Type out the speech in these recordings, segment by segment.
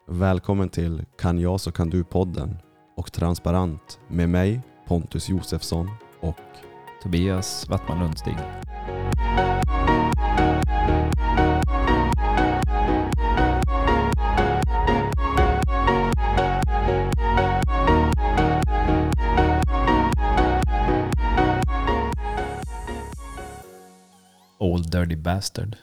Välkommen till Kan jag så kan du-podden och Transparent med mig, Pontus Josefsson och Tobias Wattman Lundstig. Old Dirty Bastard.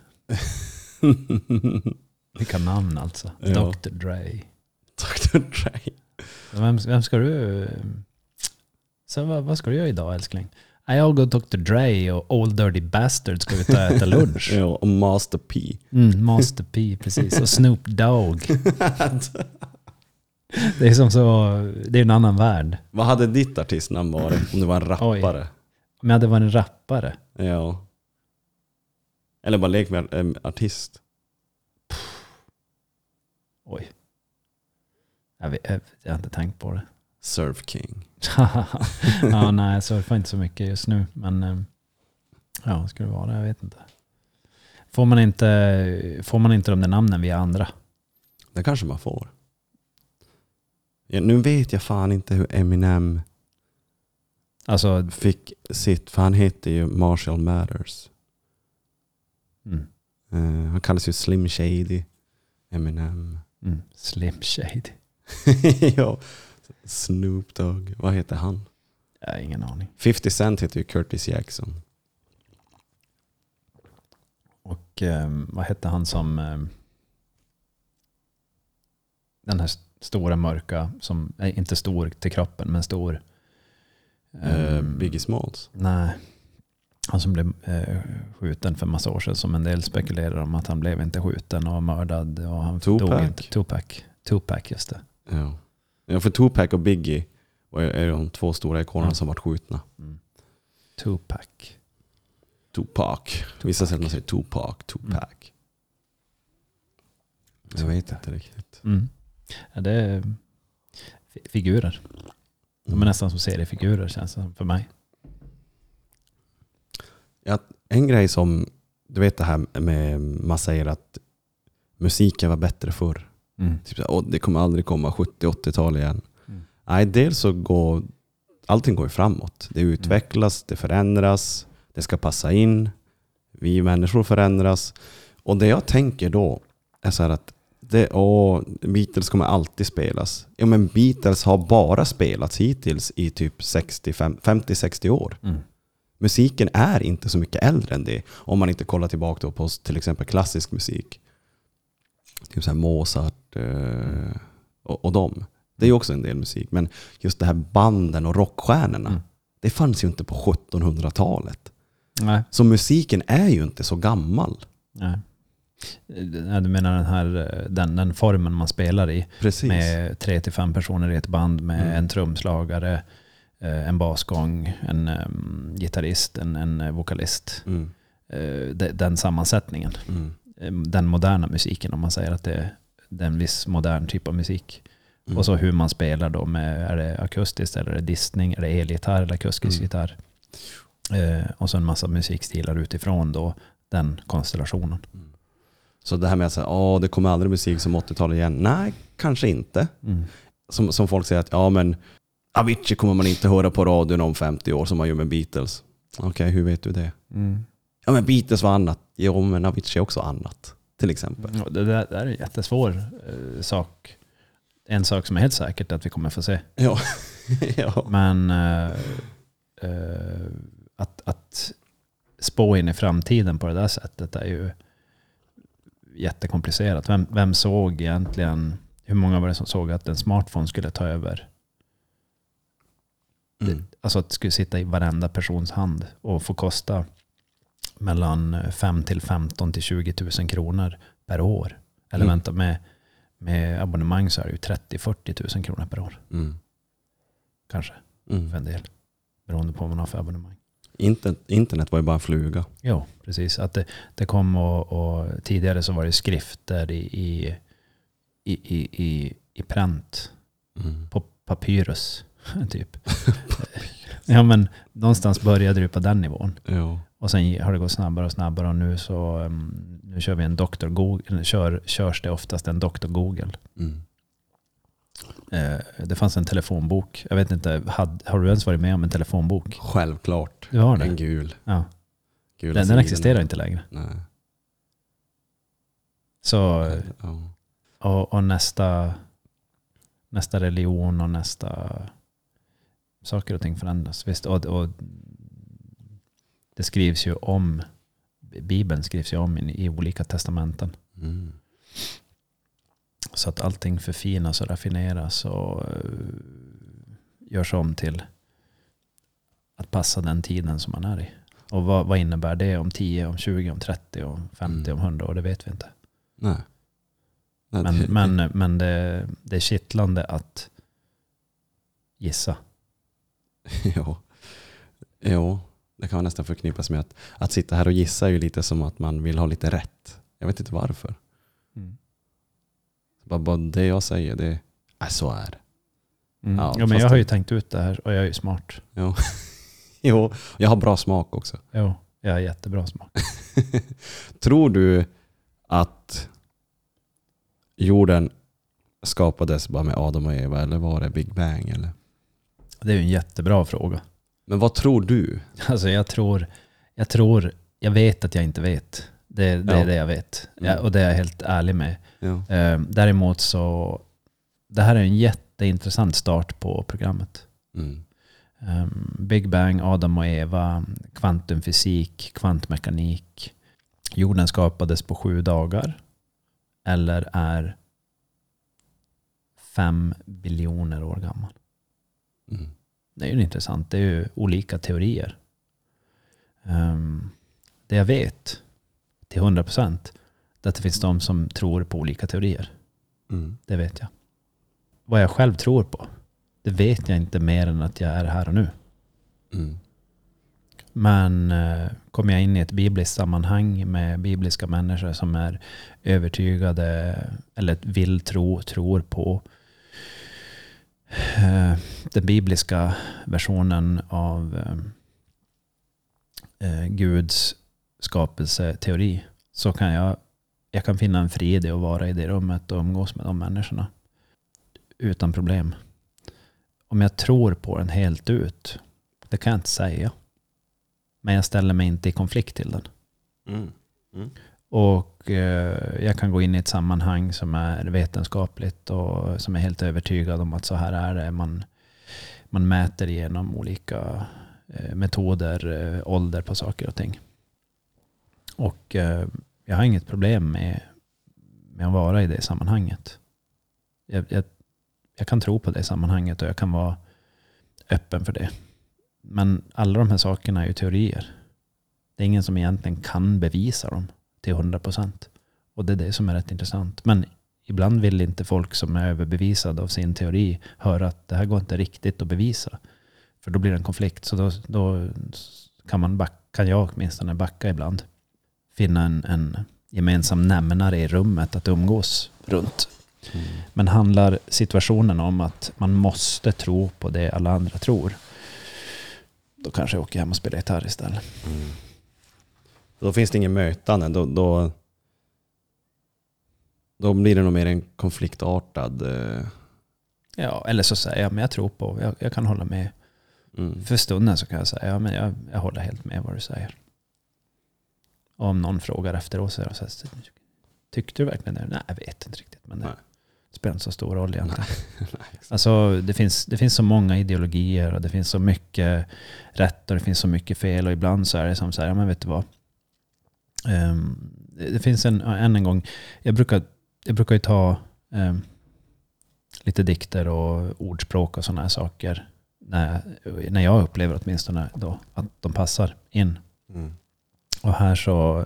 Vilka namn alltså. Ja. Dr. Dre. Dr. Dre. Vem ska du... Så vad ska du göra idag, älskling? Jag och Dr. Dre och Old Dirty Bastard ska vi äta lunch. Ja, och Master P. Master P, precis. Och Snoop Dogg. Det är som så... Det är en annan värld. Vad hade ditt artistnamn varit om du var en rappare? Om jag hade varit en rappare. Ja. Eller bara lek med en artist. Oj. Jag har inte tänkt på det. Surf King. Ja, nej, jag surfar inte så mycket just nu. Men ja, ska det vara det? Jag vet inte. Får man inte de där namnen via andra? Det kanske man får. Ja, nu vet jag fan inte hur Eminem Alltså, fick sitt, för han heter ju Marshall Mathers. Han kallas ju Slim Shady. Eminem. Slim Shady. Ja. Snoop Dogg. Vad heter han? Jag har ingen aning. 50 Cent heter ju Curtis Jackson. Och vad hette han som den här stora mörka som är inte stor till kroppen men stor Biggie Smalls. Nej. Han som blev skjuten för massa år sedan, som en del spekulerar om att han blev inte skjuten och mördad och han dog inte. Tupac, just det. Ja, för Tupac och Biggie är de två stora ikonerna som varit skjutna. Tupac. Vissa säger att man säger Tupac. Jag vet inte riktigt. Ja, det är figurer. De är nästan som seriefigurer, känns det för mig. Ja, en grej som, du vet det här med, man säger att musiken var bättre förr. Typ så, det kommer aldrig komma 70-80-tal igen. Nej, dels så går allting går framåt. Det utvecklas, det förändras, det ska passa in. Vi människor förändras. Och det jag tänker då är så här att Beatles kommer alltid spelas. Ja, men Beatles har bara spelats hittills i typ 50-60 år. Musiken är inte så mycket äldre än det. Om man inte kollar tillbaka då på till exempel klassisk musik. Typ så här Mozart och dem. Det är ju också en del musik. Men just det här banden och rockstjärnorna, det fanns ju inte på 1700-talet. Nej. Så musiken är ju inte så gammal. Nej. Du menar den formen man spelar i. Precis. Med 3-5 personer i ett band med en trumslagare, en basgång, en gitarrist, en vokalist. Den sammansättningen. Den moderna musiken, om man säger att det är en viss modern typ av musik. Och så hur man spelar då med, är det akustiskt eller är det distning, är det elgitarr eller akustisk gitarr. Och så en massa musikstilar utifrån då den konstellationen. Så det här med att säga, det kommer aldrig musik som 80-talet igen. Nej, kanske inte. Som folk säger att, men Avicii kommer man inte höra på radion om 50 år som man gör med Beatles. Okej, hur vet du det? Ja, men Beatles var annat. Jo, men Avicii är också annat, till exempel. Det där är en jättesvår sak. En sak som är helt säkert att vi kommer få se. Ja. Men att spå in i framtiden på det där sättet är ju jättekomplicerat. Vem såg egentligen, hur många var det som såg att en smartphone skulle ta över? Alltså att det skulle sitta i varenda persons hand och få kosta mellan 5 till 15 till 20 000 kronor per år. Eller vänta, med abonnemang så är det ju 30-40 000 kronor per år. Kanske, för en del. Beroende på vad man har för abonnemang. Internet var ju bara en fluga. Ja, precis. Att det kom och tidigare så var det skrifter i pränt. På papyrus, typ. Ja, men någonstans började det på den nivån. Ja. Och sen har det gått snabbare och snabbare och nu kör vi en Dr. Google, körs det oftast en Dr. Google. Det fanns en telefonbok. Jag vet inte, har du ens varit med om en telefonbok? Självklart. Du har det? En gul. Ja. Den existerar inte längre. Nej. Så, och nästa religion och nästa saker och ting förändras. Visst, och det skrivs ju om, Bibeln skrivs ju om i olika testamenten. Mm. Så att allting förfinas och raffineras och görs om till att passa den tiden som man är i. Och vad innebär det om 10, om 20, om 30, om 50, om 100 år? Det vet vi inte. Nej. Men det är kittlande att gissa. Jo, det kan man nästan förknippas med att sitta här och gissa är ju lite som att man vill ha lite rätt. Jag vet inte varför. Mm. Bara det jag säger, det är så är det. Ja, men jag har ju tänkt ut det här och jag är ju smart. Jo, jag har bra smak också. Jo, jag har jättebra smak. Tror du att jorden skapades bara med Adam och Eva eller var det Big Bang? Eller? Det är ju en jättebra fråga. Men vad tror du? Alltså jag vet att jag inte vet. Det är det jag vet. Och det är jag helt ärlig med. Ja. Däremot så, det här är en jätteintressant start på programmet. Mm. Big Bang, Adam och Eva, kvantumfysik, kvantmekanik. Jorden skapades på 7 dagar. Eller är 5 biljoner år gammal. Mm. Det är ju intressant. Det är ju olika teorier. Det jag vet till 100% är att det finns de som tror på olika teorier. Mm. Det vet jag. Vad jag själv tror på, det vet jag inte mer än att jag är här och nu. Mm. Men kommer jag in i ett bibliskt sammanhang med bibliska människor som är övertygade eller vill tror på den bibliska versionen av Guds skapelseteori, så kan jag kan finna en frid i att vara i det rummet och umgås med de människorna utan problem. Om jag tror på den helt ut, det kan jag inte säga. Men jag ställer mig inte i konflikt till den. Mm. Mm. Och jag kan gå in i ett sammanhang som är vetenskapligt och som är helt övertygad om att så här är det. Man mäter genom olika metoder, ålder på saker och ting. Och jag har inget problem med att vara i det sammanhanget. Jag kan tro på det sammanhanget och jag kan vara öppen för det. Men alla de här sakerna är ju teorier. Det är ingen som egentligen kan bevisa dem till 100%. Och det är det som är rätt intressant. Men ibland vill inte folk som är överbevisade av sin teori höra att det här går inte riktigt att bevisa. För då blir det en konflikt. Så då kan jag åtminstone backa ibland. Finna en gemensam nämnare i rummet att umgås runt. Mm. Men handlar situationen om att man måste tro på det alla andra tror, då kanske jag åker hem och spelar gitarr istället. Mm. Då finns det ingen mötande. Då blir det nog mer en konfliktartad... Ja, eller så säger jag, men jag tror på, jag kan hålla med. Mm. För stunden så kan jag säga, ja, men jag håller helt med vad du säger. Och om någon frågar efteråt så tyckte du verkligen det? Nej, jag vet inte riktigt. Men det spelar inte så stor roll egentligen. Alltså, det finns så många ideologier och det finns så mycket rätt och det finns så mycket fel. Och ibland så är det som så här, ja men vet du vad? Det finns en gång, jag brukar ju ta lite dikter och ordspråk och sådana här saker när jag upplever åtminstone då att de passar in. Mm. Och här så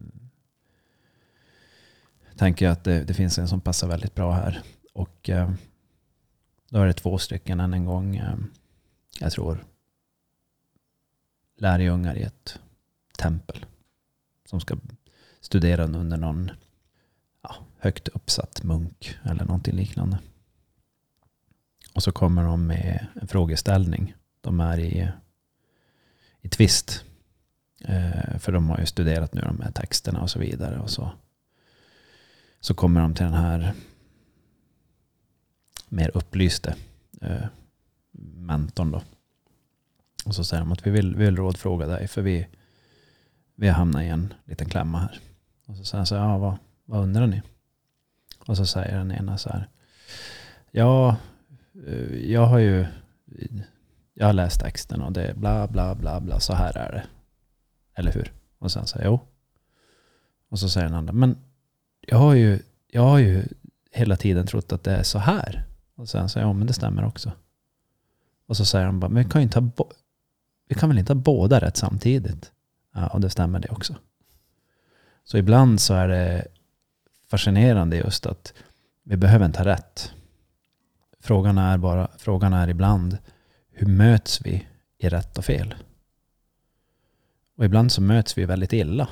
tänker jag att det finns en som passar väldigt bra här. Och då är det 2 stycken än en gång. Jag tror lärjungar i ett tempel som ska studera under någon högt uppsatt munk eller någonting liknande. Och så kommer de med en frågeställning. De är i tvist. För de har ju studerat nu de här texterna och så vidare. Och så kommer de till den här mer upplyste mentorn då. Och så säger de att vi vill rådfråga dig för vi har hamnat i en liten klämma här. Och så säger han så här, vad undrar ni? Och så säger den ena så här, ja, jag har läst texten och det är bla bla bla bla, så här är det. Eller hur? Och sen säger jag, jo. Och så säger den andra, men jag har ju hela tiden trott att det är så här. Och sen säger jag, men det stämmer också. Och så säger de bara, men vi kan väl inte ha båda rätt samtidigt? Ja, och det stämmer det också. Så ibland så är det fascinerande just att vi behöver inte ha rätt. Frågan är ibland, hur möts vi i rätt och fel? Och ibland så möts vi väldigt illa.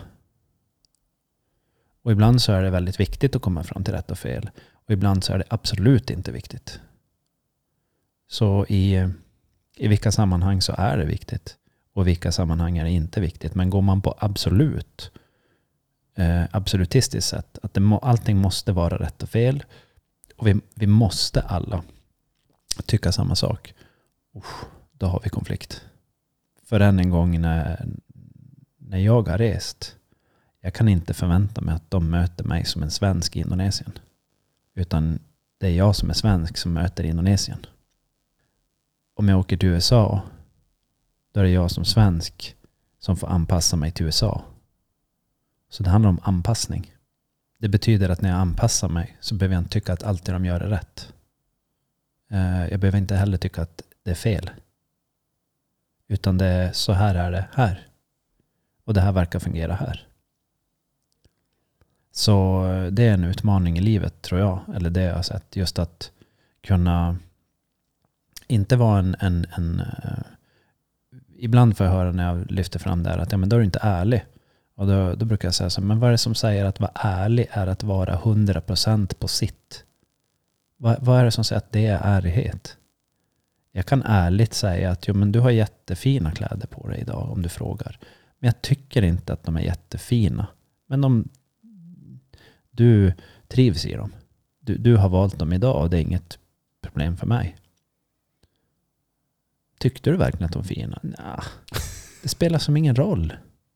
Och ibland så är det väldigt viktigt att komma fram till rätt och fel. Och ibland så är det absolut inte viktigt. Så i vilka sammanhang så är det viktigt. Och i vilka sammanhang är det inte viktigt. Men går man på absolutistiskt sätt, att allting måste vara rätt och fel. Och vi måste alla tycka samma sak. Då har vi konflikt. För än en gång när jag har rest, jag kan inte förvänta mig att de möter mig som en svensk i Indonesien. Utan det är jag som är svensk som möter Indonesien. Om jag åker till USA, då är det jag som svensk som får anpassa mig till USA. Så det handlar om anpassning. Det betyder att när jag anpassar mig så behöver jag inte tycka att allt det de gör är rätt. Jag behöver inte heller tycka att det är fel. Utan det är så här är det här. Och det här verkar fungera här. Så det är en utmaning i livet, tror jag. Eller det jag har sett. Just att kunna inte vara en ibland får jag höra när jag lyfter fram det här att ja, men då är du inte ärlig. Och då brukar jag säga så, men vad är det som säger att vara ärlig är att vara 100% på sitt? Vad är det som säger att det är ärlighet? Jag kan ärligt säga att jo, men du har jättefina kläder på dig idag om du frågar. Men jag tycker inte att de är jättefina. Men du trivs i dem. Du har valt dem idag och det är inget problem för mig. Tyckte du verkligen att de är fina? Nja, det spelar som ingen roll.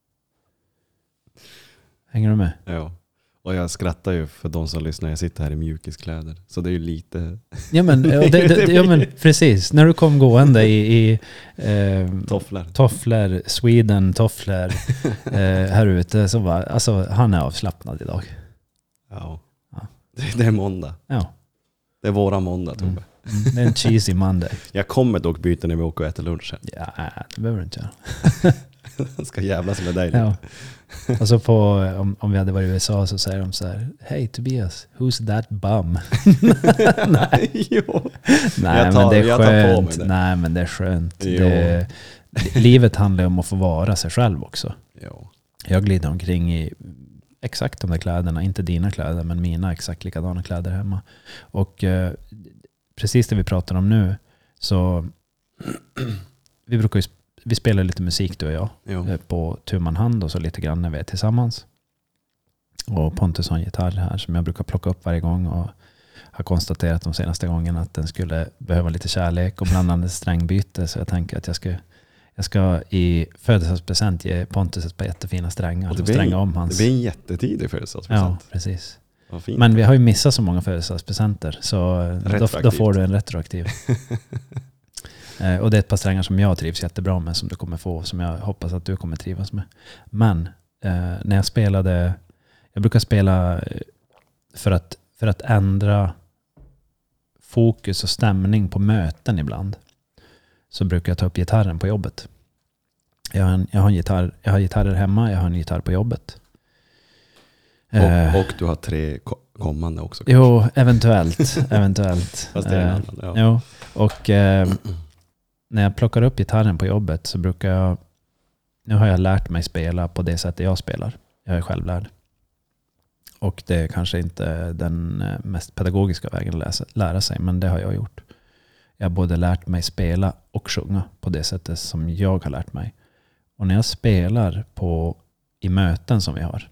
Hänger du med? Ja. Och jag skrattar ju för de som lyssnar. Jag sitter här i mjukiskläder. Så det är ju lite... Ja men precis. När du kom gående i tofflor, Sweden, tofflor här ute. Så var, alltså, han är avslappnad idag. Ja. Det är måndag. Ja. Det är våra måndag, Tobbe. Det är en cheesy Monday. Jag kommer dock byta när vi åker och äter lunch sen. Ja, det behöver du inte göra. Jag ska jävlas med dig. Ja. Och så om vi hade varit i USA så säger de så här: Hey Tobias, who's that bum? Nej. Jo. Nej, men det är skönt. Nej, men det är skönt. Livet handlar om att få vara sig själv också. Jo. Jag glider omkring i exakt de där kläderna, inte dina kläder, men mina exakt likadana kläder hemma. Och precis det vi pratar om nu, så vi spelar lite musik du och jag på tu man hand och så lite grann när vi är tillsammans. Och Pontus har en gitarr här som jag brukar plocka upp varje gång och har konstaterat de senaste gångerna att den skulle behöva lite kärlek och bland annat strängbyte, så jag tänker att jag ska i födelsedagspresent ge Pontus ett par jättefina strängar och stränga om hans. Det blir en jättetidig födelsedagspresent. Ja, precis. Men vi har ju missat så många födelsedagspresenter, så då får du en retroaktiv. Och det är ett par strängar som jag trivs jättebra med, som du kommer få, som jag hoppas att du kommer trivas med. Men när jag spelade, jag brukar spela för att ändra fokus och stämning på möten ibland, så brukar jag ta upp gitarren på jobbet. Jag har gitarrer hemma, jag har en gitarr på jobbet. Och du har 3 kommande också. Jo, eventuellt. Fast det är en annan, ja. Jo, och när jag plockar upp gitarren på jobbet så brukar jag, nu har jag lärt mig spela på det sättet jag spelar. Jag är självlärd. Och det är kanske inte den mest pedagogiska vägen att lära sig, men det har jag gjort. Jag har både lärt mig spela och sjunga på det sättet som jag har lärt mig. Och när jag spelar i möten som vi har,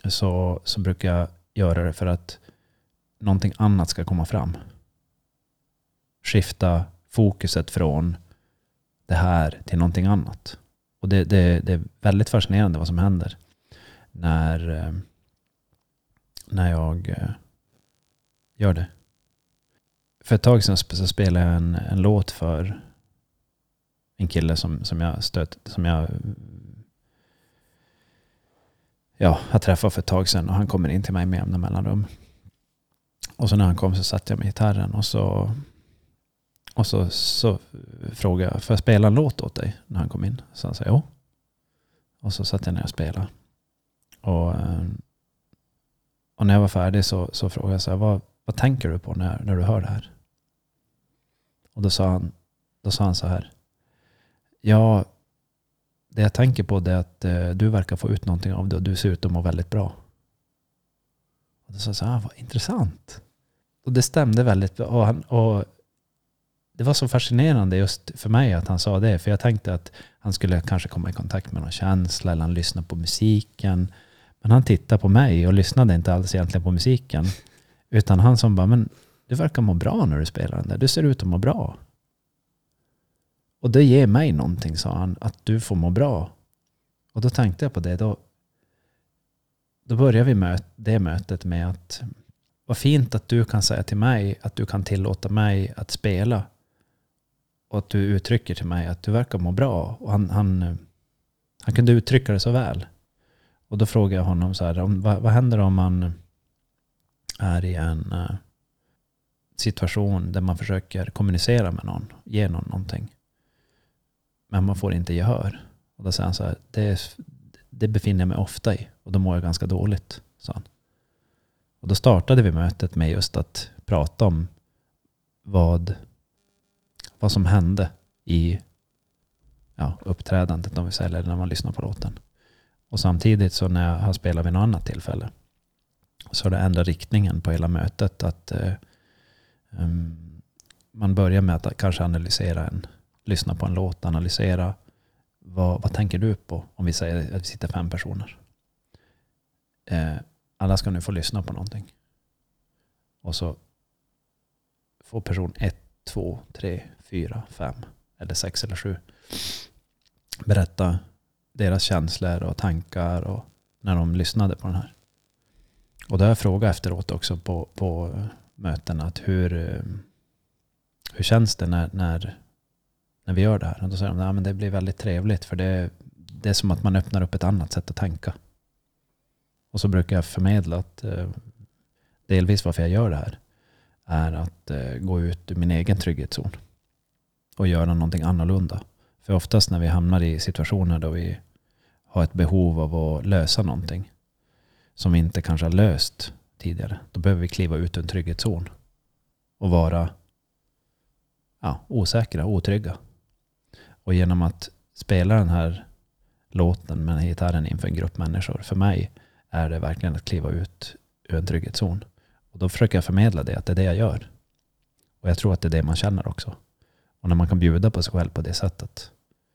så brukar jag göra det för att någonting annat ska komma fram. skifta fokuset från det här till någonting annat. Och det är väldigt fascinerande vad som händer när jag gör det. För ett tag sedan så spelade jag en låt för en kille som jag träffade för ett tag sedan, och han kommer in till mig med jämna mellanrum. Och så när han kom så satte jag med gitarren och så frågade jag, får jag spela en låt åt dig när han kom in? Så han sa ja. Och så satt jag ner och spelade. Och när jag var färdig så frågade jag så här, vad tänker du på när du hör det här? Och då sa han så här, ja, det jag tänker på är att du verkar få ut någonting av det och du ser ut att må väldigt bra. Och då sa jag så här, vad intressant. Och det stämde väldigt bra. Och det var så fascinerande just för mig att han sa det. För jag tänkte att han skulle kanske komma i kontakt med någon känsla eller han lyssnade på musiken. Men han tittade på mig och lyssnade inte alls egentligen på musiken. Utan han som bara, men du verkar må bra när du spelar den där. Du ser ut att må bra. Och det ger mig någonting, sa han, att du får må bra. Och då tänkte jag på det. Då börjar vi det mötet med att vad fint att du kan säga till mig att du kan tillåta mig att spela. Och att du uttrycker till mig att du verkar må bra. Och han kunde uttrycka det så väl. Och då frågade jag honom så här, vad händer om man är i en situation där man försöker kommunicera med någon, ge någon någonting. Men man får inte gehör. Och då säger han så här, det befinner jag mig ofta i. Och då mår jag ganska dåligt, sa han. Och då startade vi mötet med just att prata om vad som hände i uppträdandet, om vi säger, eller när man lyssnar på låten. Och samtidigt så när jag har spelat vid något annat tillfälle så har det ändrat riktningen på hela mötet. Att man börjar med att kanske lyssna på en låt, analysera vad tänker du på, om vi säger att vi sitter 5 personer. Alla ska nu få lyssna på någonting. Och så får person 1, 2, 3, 4, 5 eller 6 eller 7 berätta deras känslor och tankar och när de lyssnade på den här. Och då har jag frågat efteråt också på mötena att hur känns det när vi gör det här? Och då säger de att men det blir väldigt trevligt, för det är som att man öppnar upp ett annat sätt att tänka. Och så brukar jag förmedla att delvis varför jag gör det här är att gå ut ur min egen trygghetszon och göra någonting annorlunda. För oftast när vi hamnar i situationer då vi har ett behov av att lösa någonting som vi inte kanske har löst tidigare, då behöver vi kliva ut ur en trygghetszon och vara osäkra, otrygga. Och genom att spela den här låten med gitarren inför en grupp människor, för mig är det verkligen att kliva ut ur en trygghetszon. Och då försöker jag förmedla det, att det är det jag gör. Och jag tror att det är det man känner också. Och när man kan bjuda på sig själv på det sättet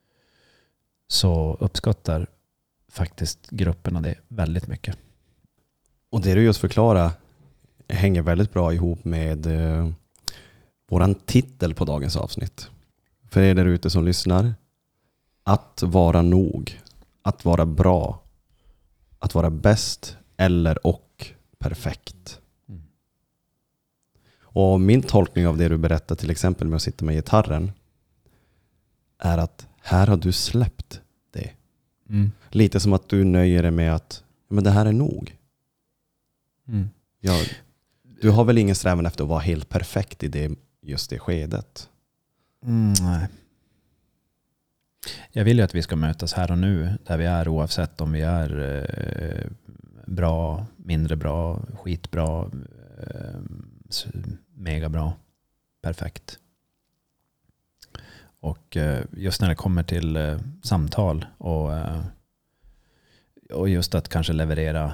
så uppskattar faktiskt grupperna det väldigt mycket. Och det du just förklara hänger väldigt bra ihop med våran titel på dagens avsnitt. För er där ute som lyssnar, att vara nog, att vara bra, att vara bäst och perfekt. Mm. Och min tolkning av det du berättar, till exempel med att sitta med gitarren, är att här har du släppt det. Mm. Lite som att du nöjer dig med att men det här är nog. Mm. Ja, du har väl ingen strävan efter att vara helt perfekt i just det skedet? Nej. Jag vill ju att vi ska mötas här och nu där vi är, oavsett om vi är bra, mindre bra, skitbra, mega bra, perfekt. Och just när det kommer till samtal och just att kanske leverera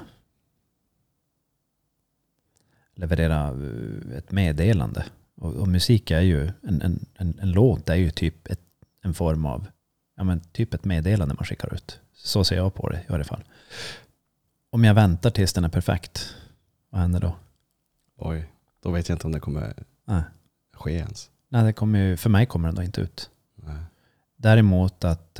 ett meddelande. Och musik är ju en låt är ju typ en form av typ ett meddelande man skickar ut. Så ser jag på det i varje fall. Om jag väntar tills den är perfekt, vad händer då? Oj, då vet jag inte om det kommer ske ens. Nej, för mig kommer den då inte ut. Nej. Däremot att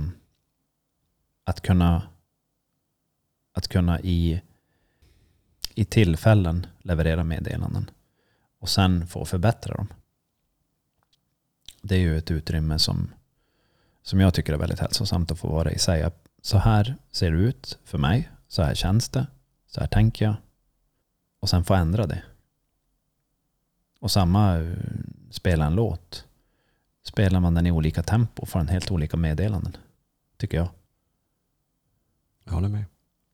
kunna i tillfällen leverera meddelanden och sen få förbättra dem. Det är ju ett utrymme som jag tycker är väldigt hälsosamt att få vara i. Säga, så här ser det ut för mig, så här känns det, så här tänker jag. Och sen få ändra det. Och samma spela en låt. Spelar man den i olika tempo får den helt olika meddelanden. Tycker jag. Jag håller med.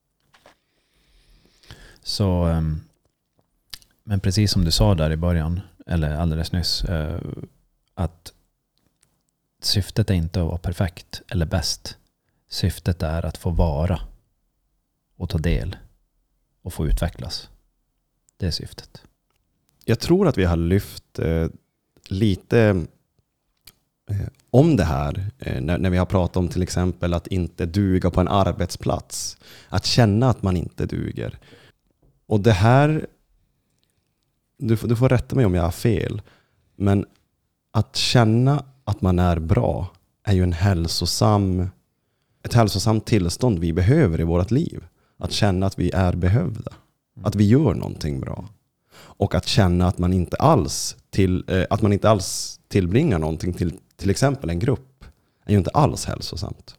Så, men precis som du sa där i början, eller alldeles nyss, att syftet är inte att vara perfekt eller bäst. Syftet är att få vara och ta del och få utvecklas. Det är syftet. Jag tror att vi har lyft lite om det här när vi har pratat om till exempel att inte duga på en arbetsplats. Att känna att man inte duger. Och det här, du får rätta mig om jag har fel, men att känna att man är bra är ju ett hälsosamt tillstånd vi behöver i vårt liv. Att känna att vi är behövda. Att vi gör någonting bra. Och att känna att man inte alls tillbringar någonting till exempel en grupp är ju inte alls hälsosamt.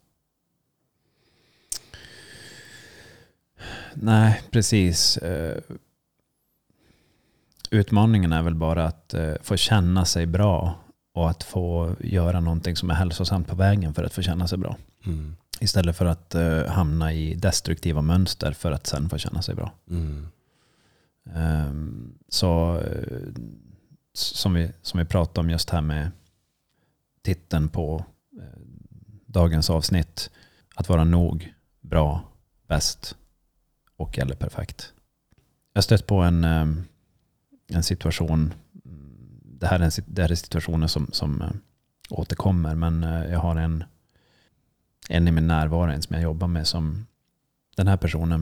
Nej, precis. Utmaningen är väl bara att få känna sig bra och att få göra någonting som är hälsosamt på vägen för att få känna sig bra. Mm. Istället för att hamna i destruktiva mönster för att sen få känna sig bra. Mm. Så som vi pratade om just här med titeln på dagens avsnitt, att vara nog, bra, bäst och eller perfekt. Jag stött på en situation, det här är situationer som återkommer, men jag har en i min närvaro som jag jobbar med, som den här personen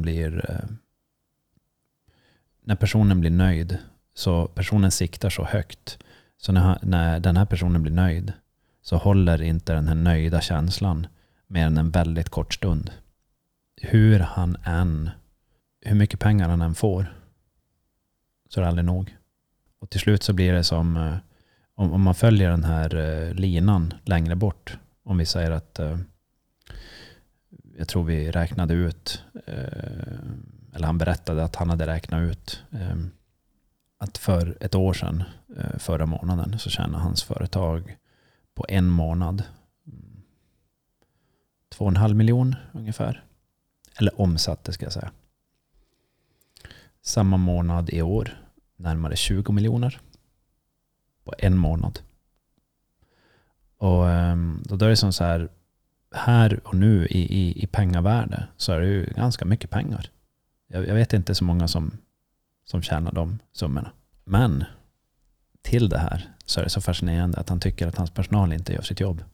när personen blir nöjd, så personen siktar så högt, så när den här personen blir nöjd så håller inte den här nöjda känslan mer än en väldigt kort stund. Hur mycket pengar han än får, så är det aldrig nog. Och till slut så blir det som om man följer den här linan längre bort. Om vi säger att jag tror vi räknade ut, eller han berättade att han hade räknat ut att för ett år sedan, förra månaden, så tjänade hans företag på en månad 2,5 miljoner ungefär. Eller omsatte, ska jag säga. Samma månad i år närmare 20 miljoner på en månad. Och då är det som så här och nu i pengavärde så är det ju ganska mycket pengar. Jag vet inte så många som tjänar de summorna. Men till det här så är det så fascinerande att han tycker att hans personal inte gör sitt jobb.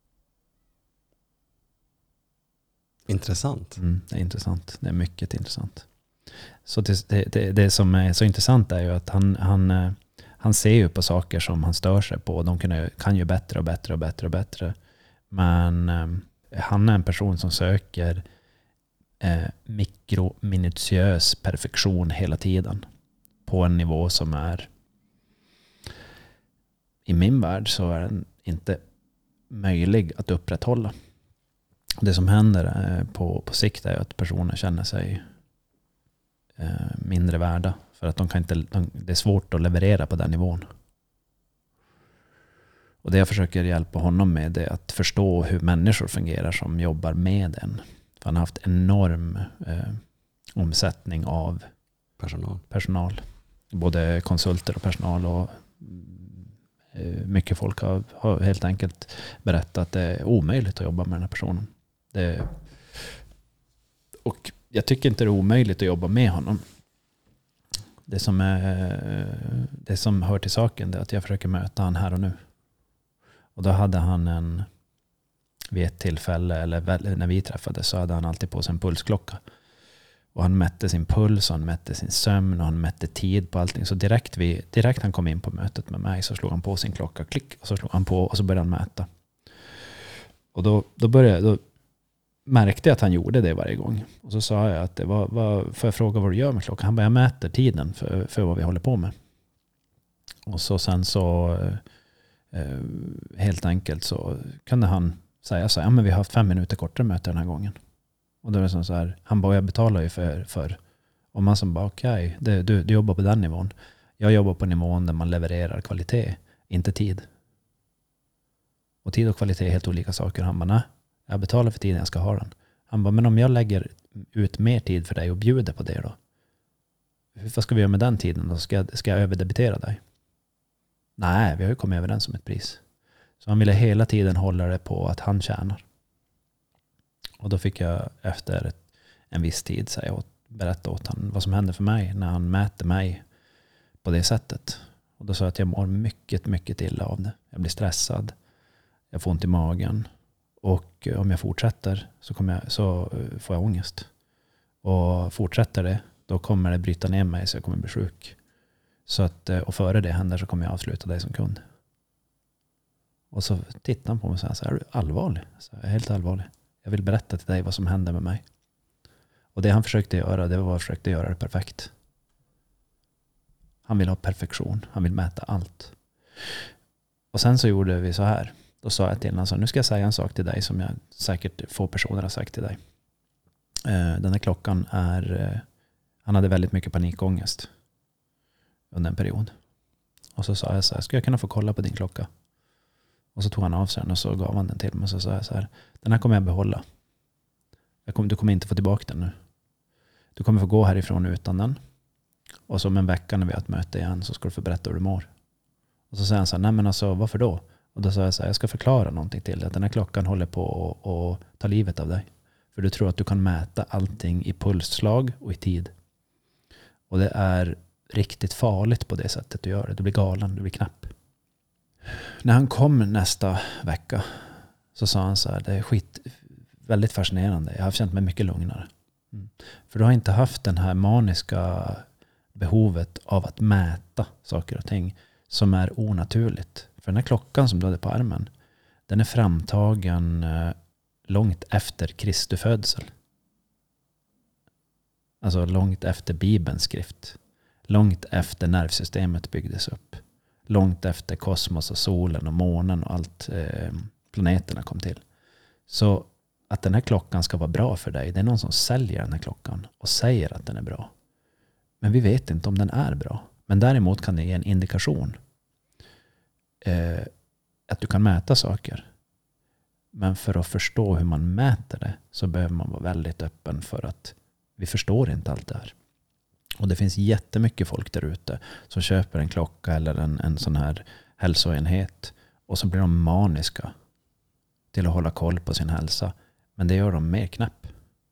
Intressant. Det är intressant. Det är mycket intressant. Så det som är så intressant är ju att han ser ju på saker som han stör sig på. De kan ju bättre och bättre och bättre och bättre. Men han är en person som söker mikrominutiös perfektion hela tiden. På en nivå som är, i min värld så är den inte möjlig att upprätthålla. Det som händer på sikt är att personer känner sig mindre värda. För att det är svårt att leverera på den nivån. Och det jag försöker hjälpa honom med är att förstå hur människor fungerar som jobbar med den. För han har haft enorm omsättning av personal. Både konsulter och personal. Och mycket folk har helt enkelt berättat att det är omöjligt att jobba med den här personen. Och jag tycker inte det är omöjligt att jobba med honom. Det som hör till saken är att jag försöker möta han här och nu. Och då hade han vid ett tillfälle, eller när vi träffades, så hade han alltid på sig en pulsklocka. Och han mätte sin puls och han mätte sin sömn och han mätte tid på allting. Så direkt han kom in på mötet med mig så slog han på sin klocka, klick, och så slog han på och så började han mäta. Och då märkte jag att han gjorde det varje gång. Och så sa jag att får jag fråga vad du gör med klockan? Han bara, jag mäter tiden för vad vi håller på med. Och så sen så helt enkelt så kunde han säga så här, ja men vi har haft 5 minuter kortare möte den här gången. Och då är det så här, han bara, jag betalar ju för och man som bara, okej, du jobbar på den nivån. Jag jobbar på nivån där man levererar kvalitet, inte tid. Och tid och kvalitet är helt olika saker. Han bara, nej, jag betalar för tiden, jag ska ha den. Han bara, men om jag lägger ut mer tid för dig och bjuder på det då? Vad ska vi göra med den tiden då? Ska jag överdebitera dig? Nej, vi har ju kommit överens om ett pris. Så han ville hela tiden hålla det på att han tjänar. Och då fick jag efter en viss tid berätta åt honom vad som hände för mig när han mäter mig på det sättet. Och då sa jag att jag mår mycket, mycket illa av det. Jag blir stressad. Jag får ont i magen. Och om jag fortsätter så får jag ångest. Och fortsätter det, då kommer det bryta ner mig så jag kommer bli sjuk. Så att, och före det händer så kommer jag avsluta dig som kund. Och så tittar han på mig och säger, är du allvarlig? Så jag är helt allvarlig. Jag vill berätta till dig vad som händer med mig. Och det han försökte göra, det var att försökte göra det perfekt. Han vill ha perfektion. Han vill mäta allt. Och sen så gjorde vi så här. Då sa jag till honom, nu ska jag säga en sak till dig som jag säkert få personer har sagt till dig. Den här klockan han hade väldigt mycket panikångest under en period. Och så sa jag så här, ska jag kunna få kolla på din klocka? Och så tog han av sig den och så gav han den till mig. Och så sa jag så här, den här kommer jag behålla. Du kommer inte få tillbaka den nu. Du kommer få gå härifrån utan den. Och så om en vecka när vi har ett möte igen så ska du få berätta hur du mår. Och så säger han så här, nej men alltså varför då? Och då sa jag så här, jag ska förklara någonting till dig. Att den här klockan håller på att ta livet av dig. För du tror att du kan mäta allting i pulsslag och i tid. Och det är riktigt farligt på det sättet du gör det. Du blir galen, du blir knapp. När han kom nästa vecka så sa han så här, det är väldigt fascinerande. Jag har känt mig mycket lugnare. För du har inte haft den här maniska behovet av att mäta saker och ting som är onaturligt. För den här klockan som du hade på armen, den är framtagen långt efter Kristi födsel. Alltså långt efter Bibelns skrift. Långt efter nervsystemet byggdes upp. Långt efter kosmos och solen och månen och allt planeterna kom till. Så att den här klockan ska vara bra för dig, det är någon som säljer den här klockan och säger att den är bra. Men vi vet inte om den är bra. Men däremot kan det ge en indikation. Att du kan mäta saker. Men för att förstå hur man mäter det så behöver man vara väldigt öppen för att vi förstår inte allt det här. Och det finns jättemycket folk där ute som köper en klocka eller en sån här hälsoenhet och så blir de maniska till att hålla koll på sin hälsa. Men det gör dem mer knäpp.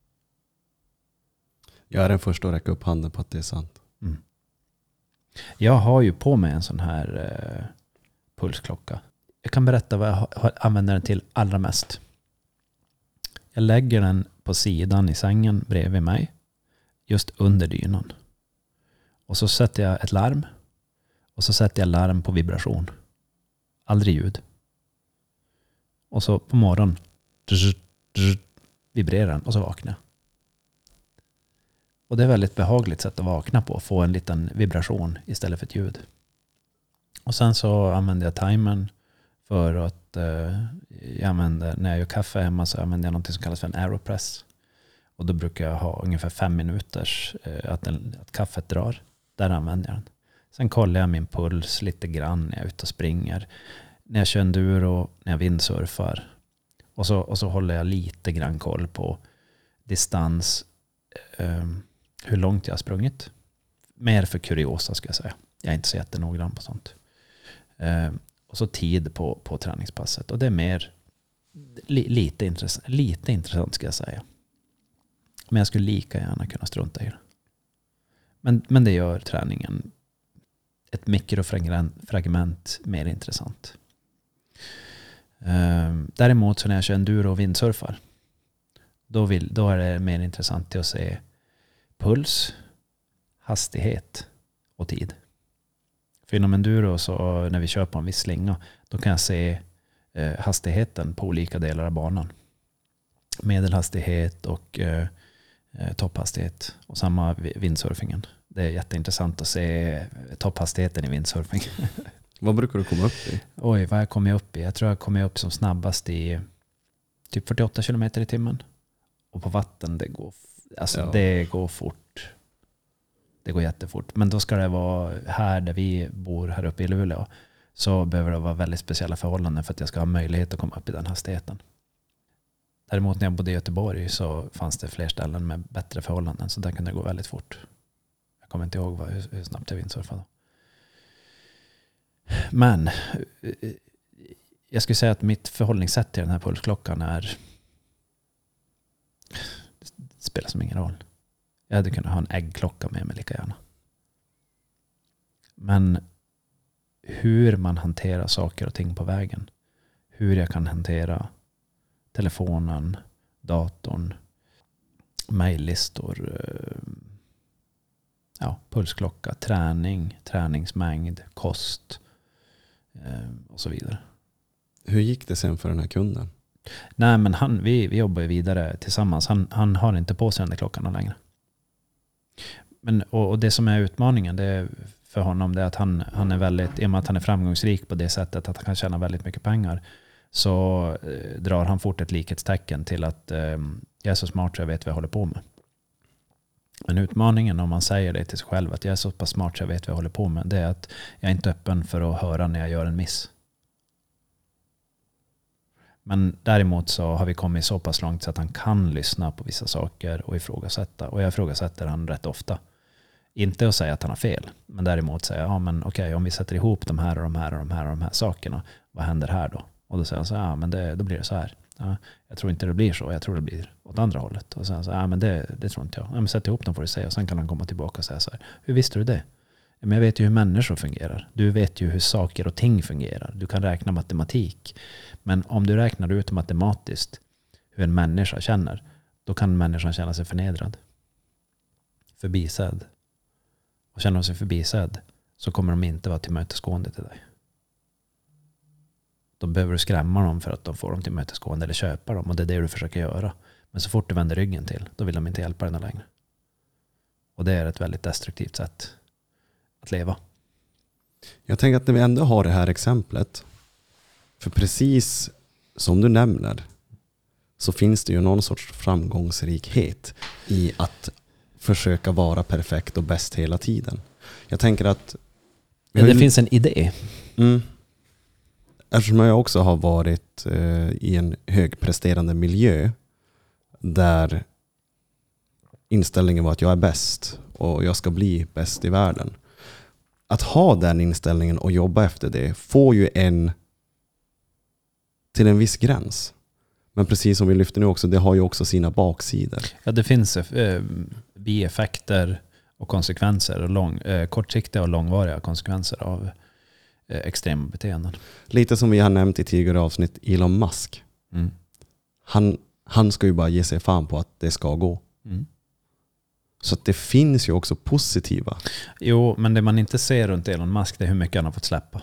Jag är den första att räcka upp handen på att det är sant. Mm. Jag har ju på mig en sån här pulsklocka. Jag kan berätta vad jag använder den till allra mest. Jag lägger den på sidan i sängen bredvid mig. Just under dynan. Och så sätter jag ett larm. Och så sätter jag larm på vibration. Aldrig ljud. Och så på morgonen vibrerar den och så vaknar jag. Och det är väldigt behagligt sätt att vakna på. Få en liten vibration istället för ett ljud. Och sen så använder jag timern för att när jag gör kaffe hemma så använder jag något som kallas för en aeropress. Och då brukar jag ha ungefär 5 minuters att kaffet drar. Där använder jag den. Sen kollar jag min puls lite grann när jag är ute och springer. När jag kör enduro, när jag vindsurfar. Och så håller jag lite grann koll på distans. Hur långt jag har sprungit. Mer för kuriosa ska jag säga. Jag är inte så jättenoggrann på sånt. Och så tid på träningspasset. Och det är mer lite intressant ska jag säga. Men jag skulle lika gärna kunna strunta i det. Men det gör träningen ett mikrofragment mer intressant. Däremot så när jag kör enduro och vindsurfar då är det mer intressant till att se puls, hastighet och tid. För inom enduro så när vi kör på en viss slinga, då kan jag se hastigheten på olika delar av banan. Medelhastighet och topphastighet. Och samma windsurfingen. Det är jätteintressant att se topphastigheten i windsurfing. Vad brukar du komma upp i? Oj, vad jag kommer upp i? Jag tror jag kommer upp som snabbast i typ 48 km i timmen. Och på vatten, det går fort. Det går jättefort. Men då ska det vara här där vi bor här uppe i Luleå. Så behöver det vara väldigt speciella förhållanden för att jag ska ha möjlighet att komma upp i den hastigheten. Däremot när jag bodde i Göteborg så fanns det fler ställen med bättre förhållanden. Så där kunde det gå väldigt fort. Jag kommer inte ihåg hur snabbt jag vindsurfade. Men jag skulle säga att mitt förhållningssätt till den här pulsklockan är... Det spelar som ingen roll. Jag hade kunnat ha en äggklocka med mig lika gärna. Men hur man hanterar saker och ting på vägen. Hur jag kan hantera telefonen, datorn, mejllistor, pulsklocka, träning, träningsmängd, kost och så vidare. Hur gick det sen för den här kunden? Nej, men vi jobbar ju vidare tillsammans. Han har inte på sig den där klockan längre. Men, och det som är utmaningen det för honom det är att han är väldigt, i och med att han är framgångsrik på det sättet att han kan tjäna väldigt mycket pengar, så drar han fort ett likhetstecken till att jag är så smart så jag vet vad jag håller på med. Men utmaningen om man säger det till sig själv att jag är så pass smart så jag vet vad jag håller på med, det är att jag är inte öppen för att höra när jag gör en miss. Men däremot så har vi kommit så pass långt så att han kan lyssna på vissa saker och ifrågasätta. Och jag ifrågasätter han rätt ofta. Inte att säga att han har fel, men däremot säga, men okej, om vi sätter ihop de här och de här och de här och de här sakerna, vad händer här då? Och då säger han så men då blir det så här. Ja, jag tror inte det blir så, jag tror det blir åt andra hållet. Och sen så men det tror inte jag. Men sätt ihop dem får du säga, och sen kan han komma tillbaka och säga så här, hur visste du det? Men jag vet ju hur människor fungerar. Du vet ju hur saker och ting fungerar. Du kan räkna matematik. Men om du räknar ut matematiskt hur en människa känner, då kan människan känna sig förnedrad. Förbisedd. Och känner de sig förbisedd så kommer de inte vara tillmötesgående till dig. Då behöver du skrämma dem för att de får dem tillmötesgående eller köpa dem. Och det är det du försöker göra. Men så fort du vänder ryggen till, då vill de inte hjälpa dig längre. Och det är ett väldigt destruktivt sätt att leva. Jag tänker att när vi ändå har det här exemplet, för precis som du nämner så finns det ju någon sorts framgångsrikhet i att försöka vara perfekt och bäst hela tiden. Jag tänker att det finns en idé. Eftersom jag också har varit i en högpresterande miljö där inställningen var att jag är bäst och jag ska bli bäst i världen. Att ha den inställningen och jobba efter det får ju till en viss gräns. Men precis som vi lyfter nu också, det har ju också sina baksidor. Ja, det finns bieffekter och konsekvenser, och kortsiktiga och långvariga konsekvenser av extrema beteenden. Lite som vi har nämnt i tidigare avsnitt, Elon Musk. Han ska ju bara ge sig fan på att det ska gå. Så att det finns ju också positiva. Jo, men det man inte ser runt Elon Musk, det är hur mycket han har fått släppa.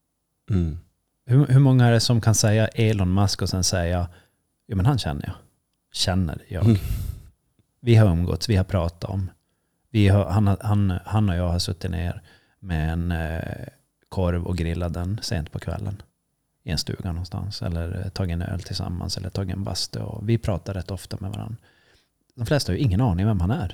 Hur många är det som kan säga Elon Musk och sen säga, jo men han känner jag. Vi har umgåtts, vi har pratat om. Han och jag har suttit ner med en korv och grillat den sent på kvällen i en stuga någonstans, eller tagit en öl tillsammans eller tagit en bastu, och vi pratar rätt ofta med varandra. De flesta har ju ingen aning vem han är.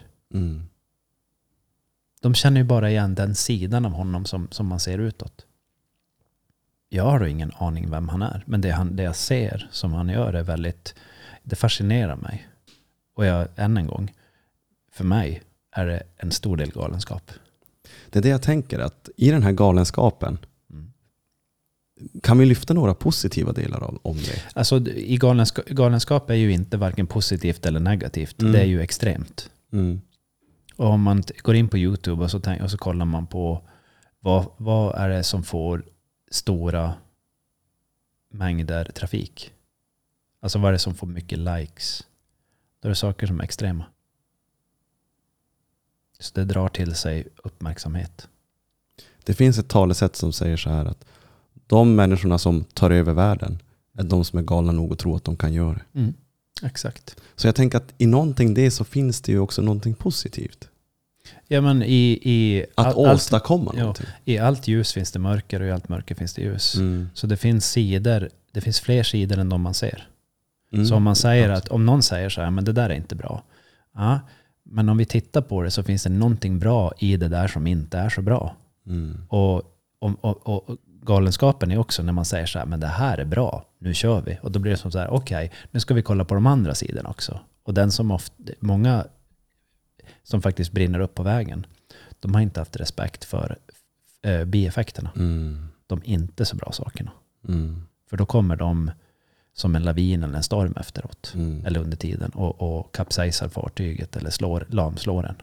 De känner ju bara igen den sidan av honom som man ser utåt. Jag har då ingen aning vem han är, men det jag ser som han gör är väldigt, det fascinerar mig. Och än en gång, för mig är det en stor del galenskap. Det är det jag tänker, att i den här galenskapen kan vi lyfta några positiva delar om det? Alltså i galenskap är ju inte varken positivt eller negativt. Det är ju extremt. Och om man går in på YouTube och så kollar man på vad är det som får stora mängder trafik. Alltså vad är det som får mycket likes. Då är det saker som är extrema. Så det drar till sig uppmärksamhet. Det finns ett talesätt som säger så här att de människorna som tar över världen är de som är galna nog att tro att de kan göra det. Mm, exakt. Så jag tänker att i någonting det så finns det ju också någonting positivt. Ja, men att åstadkomma någonting. I allt ljus finns det mörker och i allt mörker finns det ljus. Så det finns sidor, det finns fler sidor än de man ser. Så om man säger att, om någon säger så här, men det där är inte bra. Ja, men om vi tittar på det så finns det någonting bra i det där som inte är så bra. Och galenskapen är också när man säger så här, men det här är bra, nu kör vi. Och då blir det som så här, okej, nu ska vi kolla på de andra sidorna också. Och den som många som faktiskt brinner upp på vägen, de har inte haft respekt för bieffekterna. De inte så bra sakerna. För då kommer de som en lavin eller en storm efteråt. Eller under tiden. Och kapsejsar fartyget eller lamslår den.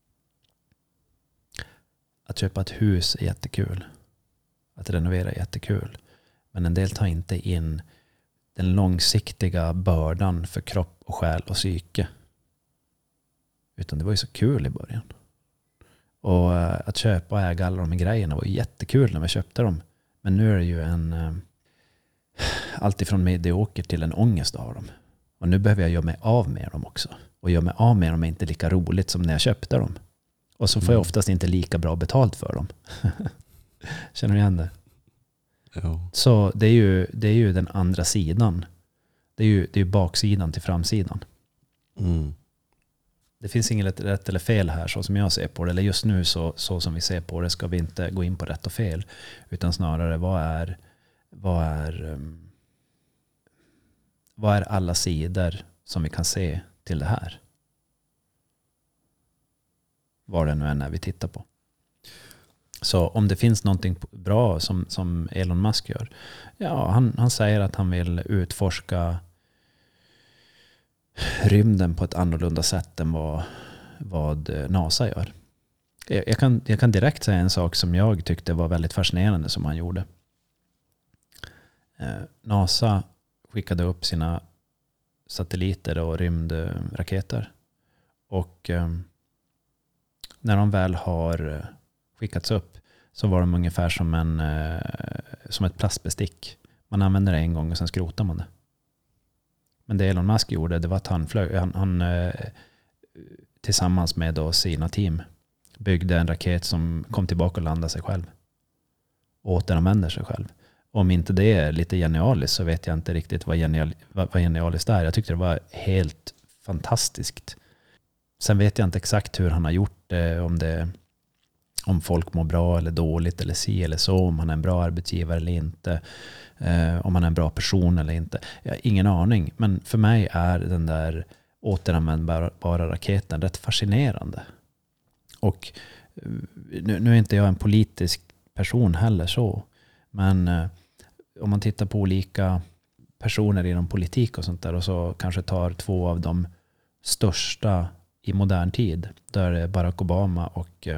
Att köpa ett hus är jättekul. Att renovera är jättekul. Men en del tar inte in den långsiktiga bördan för kropp och själ och psyke. Utan det var ju så kul i början. Och att köpa och äga alla de här grejerna var ju jättekul när vi köpte dem. Men nu är det ju allt ifrån medioker till en ångest av dem. Och nu behöver jag göra mig av med dem också. Och göra mig av med dem är inte lika roligt som när jag köpte dem. Och så får jag oftast inte lika bra betalt för dem. Känner du igen det? Ja. Så det är ju den andra sidan. Det är ju baksidan till framsidan. Det finns inget rätt eller fel här så som jag ser på det. Eller just nu så som vi ser på det ska vi inte gå in på rätt och fel. Utan snarare vad är alla sidor som vi kan se till det här? Vad det nu än är vi tittar på. Så om det finns någonting bra som Elon Musk gör. Ja, han säger att han vill utforska rymden på ett annorlunda sätt än vad NASA gör. Jag kan direkt säga en sak som jag tyckte var väldigt fascinerande som han gjorde. NASA skickade upp sina satelliter och rymdraketer. Och när de väl har skickats upp så var de ungefär som ett plastbestick. Man använder det en gång och sen skrotar man det. Men det Elon Musk gjorde, det var att han tillsammans med då sina team byggde en raket som kom tillbaka och landade sig själv. Och återanvänder sig själv. Om inte det är lite genialiskt så vet jag inte riktigt vad genialiskt är. Jag tyckte det var helt fantastiskt. Sen vet jag inte exakt hur han har gjort det, om folk mår bra eller dåligt eller si eller så, om han är en bra arbetsgivare eller inte, om han är en bra person eller inte. Jag har ingen aning, men för mig är den där återanvändbara raketen rätt fascinerande. Och nu är inte jag en politisk person heller så, men om man tittar på olika personer inom politik och sånt där och så kanske tar två av de största i modern tid, där är Barack Obama och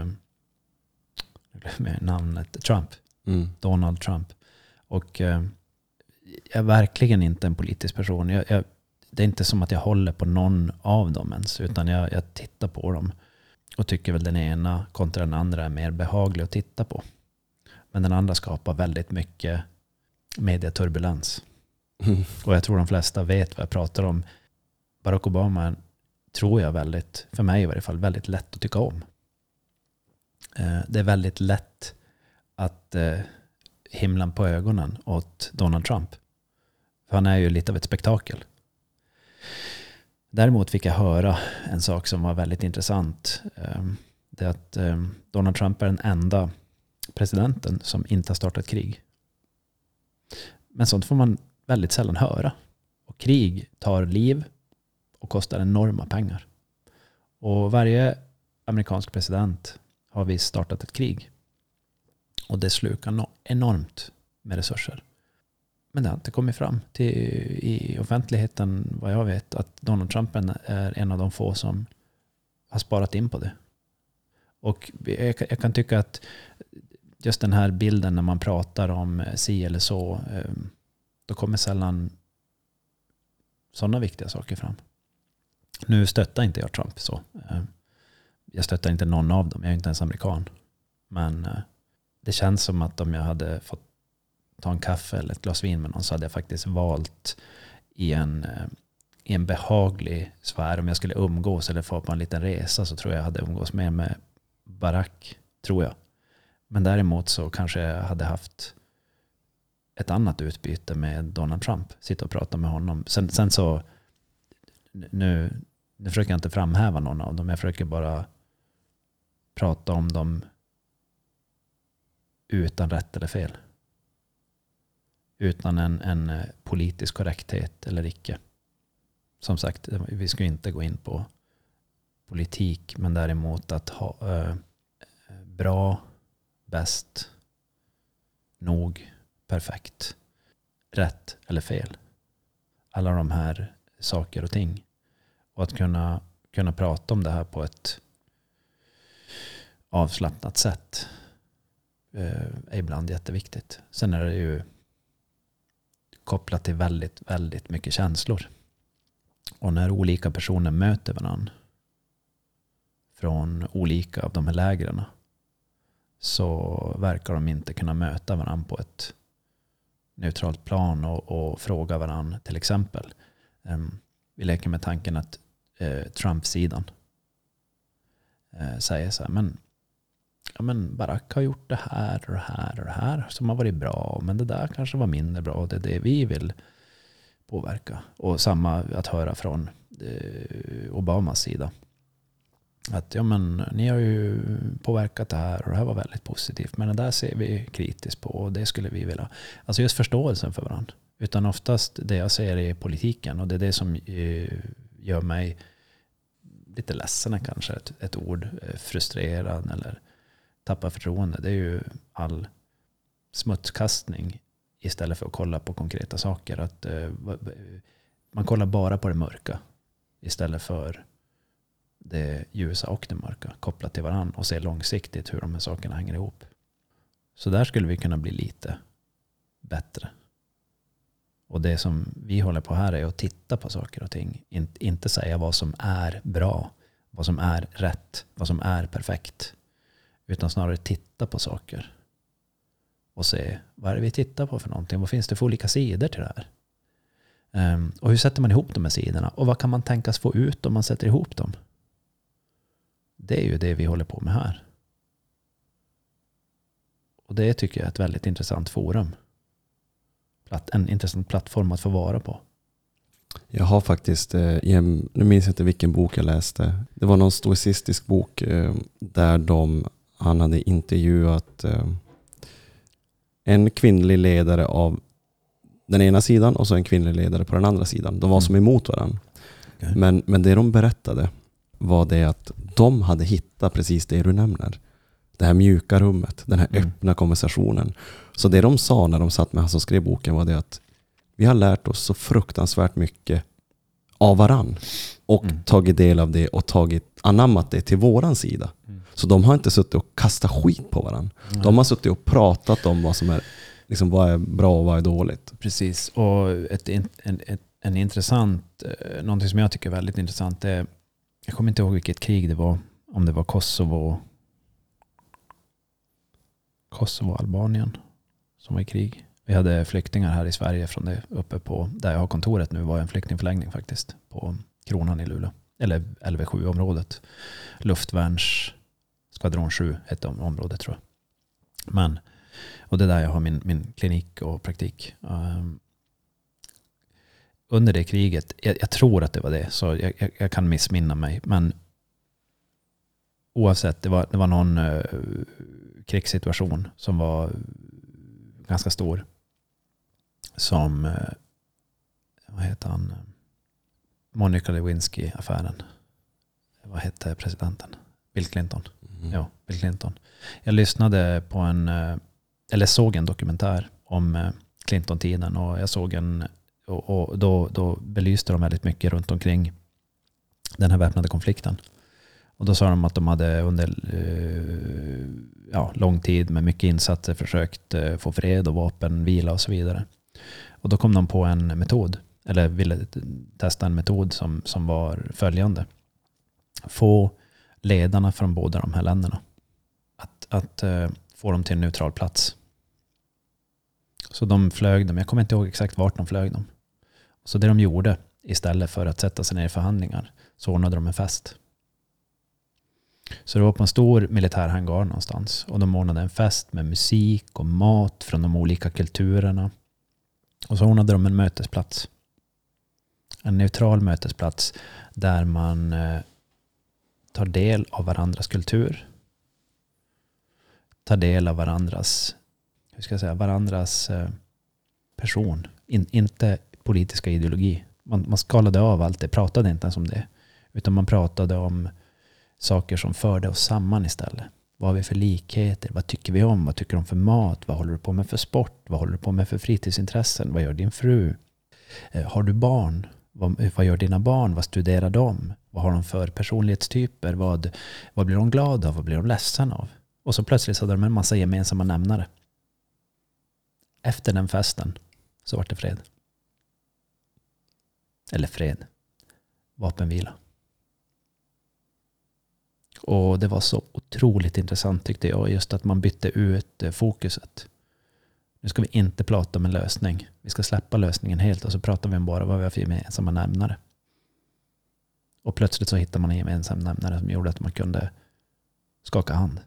med namnet Trump. Donald Trump. Och jag är verkligen inte en politisk person. Det är inte som att jag håller på någon av dem ens, utan jag tittar på dem och tycker väl den ena kontra den andra är mer behaglig att titta på. Men den andra skapar väldigt mycket mediaturbulens. Och jag tror de flesta vet vad jag pratar om. Barack Obama tror jag för mig i varje fall, väldigt lätt att tycka om. Det är väldigt lätt att himla på ögonen åt Donald Trump. För han är ju lite av ett spektakel. Däremot fick jag höra en sak som var väldigt intressant. Det är att Donald Trump är den enda presidenten som inte har startat krig. Men sånt får man väldigt sällan höra. Och krig tar liv och kostar enorma pengar. Och varje amerikansk president har vi startat ett krig. Och det slukar enormt med resurser. Men det har inte kommit fram i offentligheten, vad jag vet, att Donald Trump är en av de få som har sparat in på det. Och jag kan tycka att just den här bilden när man pratar om si eller så, då kommer sällan sådana viktiga saker fram. Nu stöttar inte jag Trump så. jag stöttar inte någon av dem. Jag är inte ens amerikan. Men det känns som att om jag hade fått ta en kaffe eller ett glas vin med någon så hade jag faktiskt valt i en behaglig sfär. Om jag skulle umgås eller få på en liten resa så tror jag hade umgås mer med Barack, tror jag. Men däremot så kanske jag hade haft ett annat utbyte med Donald Trump. Sitta och prata med honom. Sen så nu försöker jag inte framhäva någon av dem. Jag försöker bara prata om dem utan rätt eller fel. Utan en politisk korrekthet eller icke. Som sagt, vi ska inte gå in på politik, men däremot att ha bra, bäst, nog, perfekt, rätt eller fel. Alla de här saker och ting. Och att kunna prata om det här på ett avslappnat sätt är ibland jätteviktigt. Sen är det ju kopplat till väldigt, väldigt mycket känslor. Och när olika personer möter varandra från olika av de här lägren så verkar de inte kunna möta varandra på ett neutralt plan och fråga varandra. Till exempel, vi leker med tanken att Trump-sidan säger så här, men Barack har gjort det här och det här och det här som har varit bra, men det där kanske var mindre bra och det är det vi vill påverka. Och samma att höra från Obamas sida. Att ni har ju påverkat det här och det här var väldigt positivt, men det där ser vi kritiskt på och det skulle vi vilja. Alltså just förståelsen för varandra. Utan oftast det jag ser i politiken, och det är det som gör mig lite ledsen, kanske ett ord, frustrerad eller tappa förtroende. Det är ju all smutskastning istället för att kolla på konkreta saker. Att man kollar bara på det mörka istället för det ljusa och det mörka kopplat till varandra och se långsiktigt hur de här sakerna hänger ihop. Så där skulle vi kunna bli lite bättre. Och det som vi håller på här är att titta på saker och ting. Inte säga vad som är bra, vad som är rätt, vad som är perfekt. Utan snarare titta på saker. Och se, vad är det vi tittar på för någonting? Vad finns det för olika sidor till det här? Och hur sätter man ihop de här sidorna? Och vad kan man tänkas få ut om man sätter ihop dem? Det är ju det vi håller på med här. Och det tycker jag är ett väldigt intressant forum. En intressant plattform att få vara på. Jag har faktiskt, nu minns jag inte vilken bok jag läste. Det var någon stoicistisk bok där han hade intervjuat en kvinnlig ledare av den ena sidan och så en kvinnlig ledare på den andra sidan. De var som emot varandra. Okay. Men det de berättade var det att de hade hittat precis det du nämner. Det här mjuka rummet, den här öppna konversationen. Så det de sa när de satt med han som skrev boken var det att vi har lärt oss så fruktansvärt mycket av varann och tagit del av det och anammat det till våran sida. Så de har inte suttit och kastat skit på varann. De har suttit och pratat om vad som är, liksom, vad är bra och vad är dåligt. Precis, och en intressant, någonting som jag tycker är väldigt intressant är, jag kommer inte ihåg vilket krig det var, om det var Kosovo-Albanien som var i krig. Vi hade flyktingar här i Sverige från det uppe på, där jag har kontoret nu, var en flyktingförläggning faktiskt på Kronan i Luleå. Eller LV7-området. Luftvärns skvadron 7 hette området, tror jag. Och det är där jag har min klinik och praktik. Under det kriget, jag tror att det var det, så jag kan missminna mig. Men oavsett, det var någon krigssituation som var ganska stor. Som, vad heter han? Monica Lewinsky-affären. Vad hette presidenten? Bill Clinton. Ja, Bill Clinton. Jag lyssnade på eller såg en dokumentär om Clinton-tiden, och jag såg och då belyste de väldigt mycket runt omkring den här väpnade konflikten. Och då sa de att de hade under lång tid med mycket insatser försökt få fred och vapenvila och så vidare. Och då kom de på en metod, eller ville testa en metod som var följande. Få ledarna från båda de här länderna. Att få dem till en neutral plats. Så de flög dem. Jag kommer inte ihåg exakt vart de flög dem. Så det de gjorde, istället för att sätta sig ner i förhandlingar, så ordnade de en fest. Så det var på en stor militärhangar någonstans. Och de ordnade en fest med musik och mat från de olika kulturerna. Och så ordnade de en mötesplats. En neutral mötesplats där man tar del av varandras kultur. Tar del av varandras, varandras person. Inte politiska ideologi. Man skalade av allt det, pratade inte ens om det. Utan man pratade om saker som förde oss samman istället. Vad har vi för likheter? Vad tycker vi om? Vad tycker de för mat? Vad håller du på med för sport? Vad håller du på med för fritidsintressen? Vad gör din fru? Har du barn? Vad gör dina barn? Vad studerar de? Vad har de för personlighetstyper? Vad blir de glada av? Vad blir de ledsen av? Och så plötsligt hade de en massa gemensamma nämnare. Efter den festen så var det fred. Eller fred. Vapenvila. Och det var så otroligt intressant tyckte jag. Just att man bytte ut fokuset. Nu ska vi inte prata om en lösning. Vi ska släppa lösningen helt och så pratar vi om bara vad vi har för gemensamma nämnare. Och plötsligt så hittar man en gemensam nämnare som gjorde att man kunde skaka hand.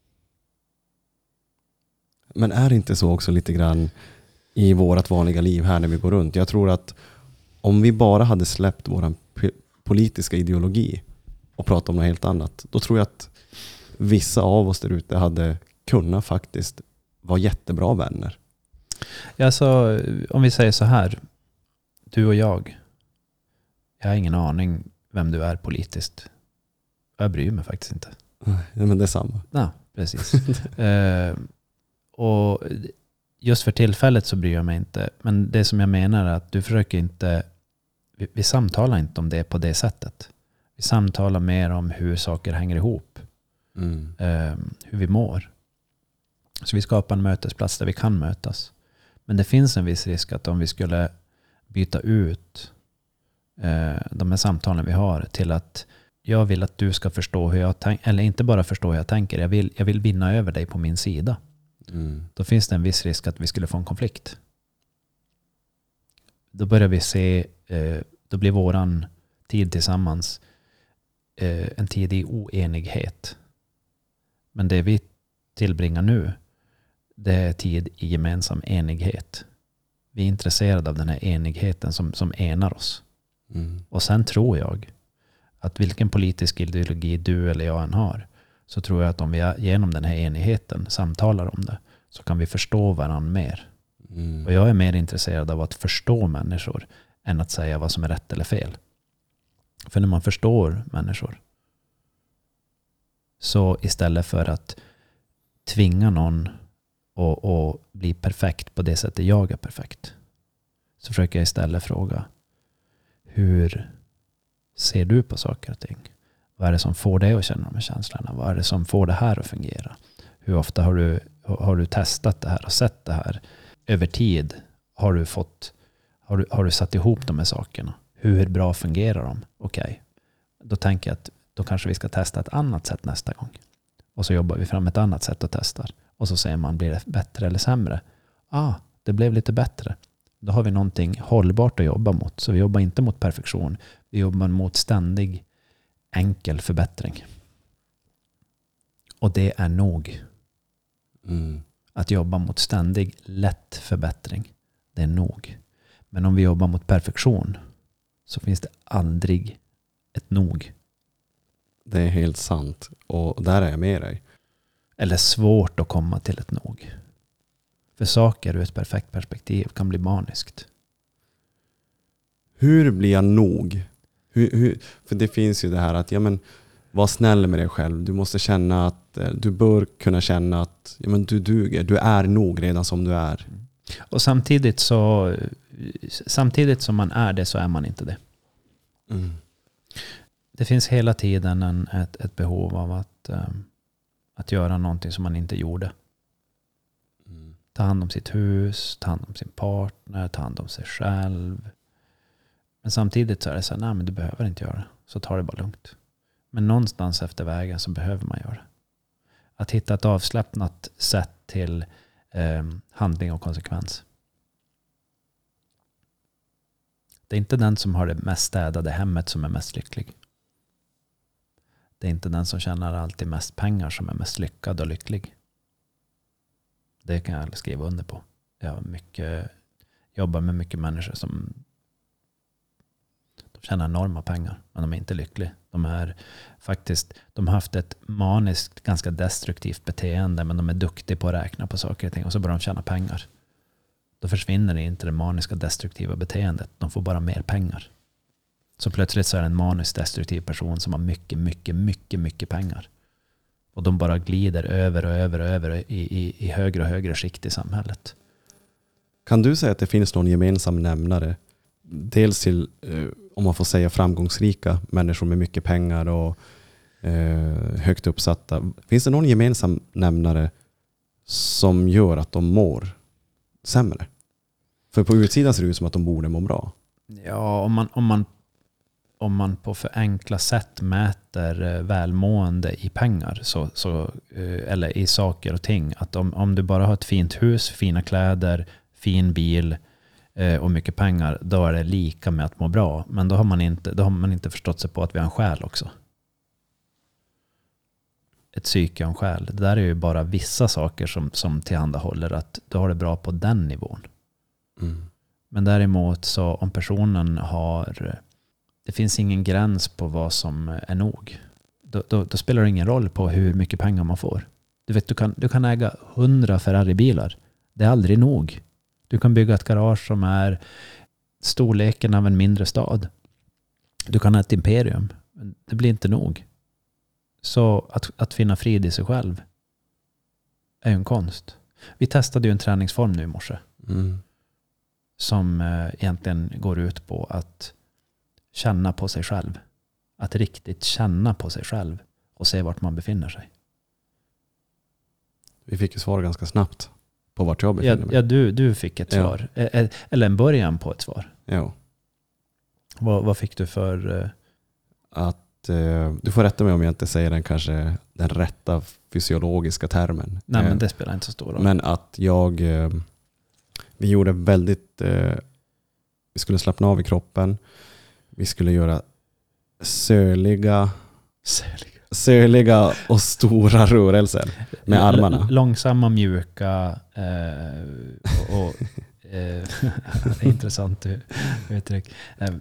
Men är det inte så också lite grann i vårt vanliga liv här när vi går runt? Jag tror att om vi bara hade släppt vår politiska ideologi och pratat om något helt annat, då tror jag att vissa av oss där ute hade kunnat faktiskt vara jättebra vänner. Ja, så om vi säger så här, du och jag har ingen aning vem du är politiskt. Jag bryr mig faktiskt inte. Ja, men det är samma. Ja, precis. Och just för tillfället så bryr jag mig inte. Men det som jag menar är att du försöker inte, vi samtalar inte om det på det sättet. Vi samtalar mer om hur saker hänger ihop. Hur vi mår. Så vi skapar en mötesplats där vi kan mötas. Men det finns en viss risk att om vi skulle byta ut de här samtalen vi har till att jag vill att du ska förstå hur jag tänker, eller inte bara förstå hur jag tänker, jag vill vinna över dig på min sida. Då finns det en viss risk att vi skulle få en konflikt. Då börjar vi se, då blir våran tid tillsammans en tid i oenighet. Men det vi tillbringar nu, det är tid i gemensam enighet. Vi är intresserade av den här enigheten som enar oss. Och sen tror jag att vilken politisk ideologi du eller jag än har, så tror jag att om vi genom den här enigheten samtalar om det, så kan vi förstå varandra mer. Och jag är mer intresserad av att förstå människor än att säga vad som är rätt eller fel. För när man förstår människor, så istället för att tvinga någon och bli perfekt på det sättet jag är perfekt, så försöker jag istället fråga, hur ser du på saker och ting? Vad är det som får dig att känna de här känslorna? Vad är det som får det här att fungera? Hur ofta har du testat det här och sett det här? Över tid har du satt ihop de här sakerna? Hur bra fungerar de? Okej. Då tänker jag att då kanske vi ska testa ett annat sätt nästa gång. Och så jobbar vi fram ett annat sätt och testar. Och så säger man, blir det bättre eller sämre? Det blev lite bättre. Då har vi någonting hållbart att jobba mot. Så vi jobbar inte mot perfektion. Vi jobbar mot ständig enkel förbättring. Och det är nog. Att jobba mot ständig lätt förbättring, det är nog. Men om vi jobbar mot perfektion, så finns det aldrig ett nog. Det är helt sant. Och där är jag med dig. Eller svårt att komma till ett nog. För saker ur ett perfekt perspektiv kan bli maniskt. Hur blir jag nog? För det finns ju det här att var snäll med dig själv. Du måste känna att du bör kunna känna att du duger. Du är nog redan som du är. Och samtidigt som man är det, så är man inte det. Det finns hela tiden ett behov av att göra någonting som man inte gjorde. Ta hand om sitt hus, ta hand om sin partner, ta hand om sig själv. Men samtidigt så är det så här, nej men du behöver inte göra det. Så ta det bara lugnt. Men någonstans efter vägen så behöver man göra det. Att hitta ett avslappnat sätt till handling och konsekvens. Det är inte den som har det mest städade hemmet som är mest lycklig. Det är inte den som tjänar alltid mest pengar som är mest lyckad och lycklig. Det kan jag skriva under på. Jag jobbar med mycket människor som de tjänar enorma pengar, men de är inte lyckliga. De har haft ett maniskt, ganska destruktivt beteende, men de är duktiga på att räkna på saker och ting, och så börjar de tjäna pengar. Då försvinner det inte det maniska, destruktiva beteendet. De får bara mer pengar. Så plötsligt så är det en maniskt destruktiv person som har mycket pengar. Och de bara glider över i högre och högre skikt i samhället. Kan du säga att det finns någon gemensam nämnare? Dels till, om man får säga, framgångsrika människor med mycket pengar och högt uppsatta. Finns det någon gemensam nämnare som gör att de mår sämre? För på utsidan ser det ut som att de borde må bra. Ja, om man på för enkla sätt mäter välmående i pengar eller i saker och ting. Att om du bara har ett fint hus, fina kläder, fin bil och mycket pengar, då är det lika med att må bra. Men då har man inte förstått sig på att vi har en själ också. Ett psyke och en själ. Det där är ju bara vissa saker som tillhandahåller att du har det bra på den nivån. Mm. Men däremot så om personen har... Det finns ingen gräns på vad som är nog. Då spelar det ingen roll på hur mycket pengar man får. Du vet, du kan äga 100 Ferrari-bilar. Det är aldrig nog. Du kan bygga ett garage som är storleken av en mindre stad. Du kan ha ett imperium. Det blir inte nog. Så att finna frid i sig själv är ju en konst. Vi testade ju en träningsform nu i morse. Mm. Som egentligen går ut på att känna på sig själv. Att riktigt känna på sig själv och se vart man befinner sig. Vi fick ju svar ganska snabbt på vart jag befinner mig. Ja, du fick ett svar. Eller en början på ett svar. Ja. Vad fick du för... Att du får rätta mig om jag inte säger den rätta fysiologiska termen. Nej, men det spelar inte så stor roll. Men att vi gjorde väldigt... vi skulle slappna av i kroppen. Vi skulle göra söliga och stora rörelser med armarna. Långsamma, mjuka och det är intressant uttryck.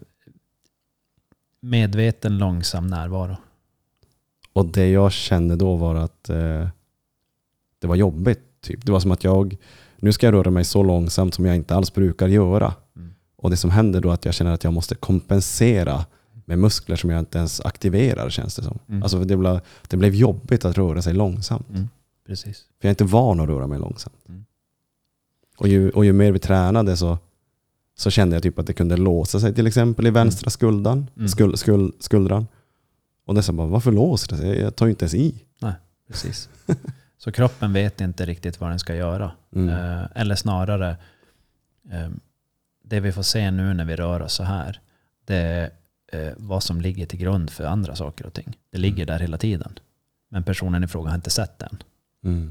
Medveten, långsam närvaro. Och det jag kände då var att det var jobbigt. Typ. Det var som att nu ska jag röra mig så långsamt som jag inte alls brukar göra. Mm. Och det som händer då är att jag känner att jag måste kompensera med muskler som jag inte ens aktiverar, känns det som. Mm. Alltså det blev jobbigt att röra sig långsamt. Mm. Precis. För jag är inte van att röra mig långsamt. Mm. Och ju mer vi tränade så kände jag typ att det kunde låsa sig till exempel i vänstra skuldran. Och det så bara, varför låser det sig? Jag tar ju inte ens i. Nej, precis. Så kroppen vet inte riktigt vad den ska göra. Eller snarare, det vi får se nu när vi rör oss så här, det är vad som ligger till grund för andra saker och ting. Det ligger där hela tiden. Men personen i fråga har inte sett den. Mm.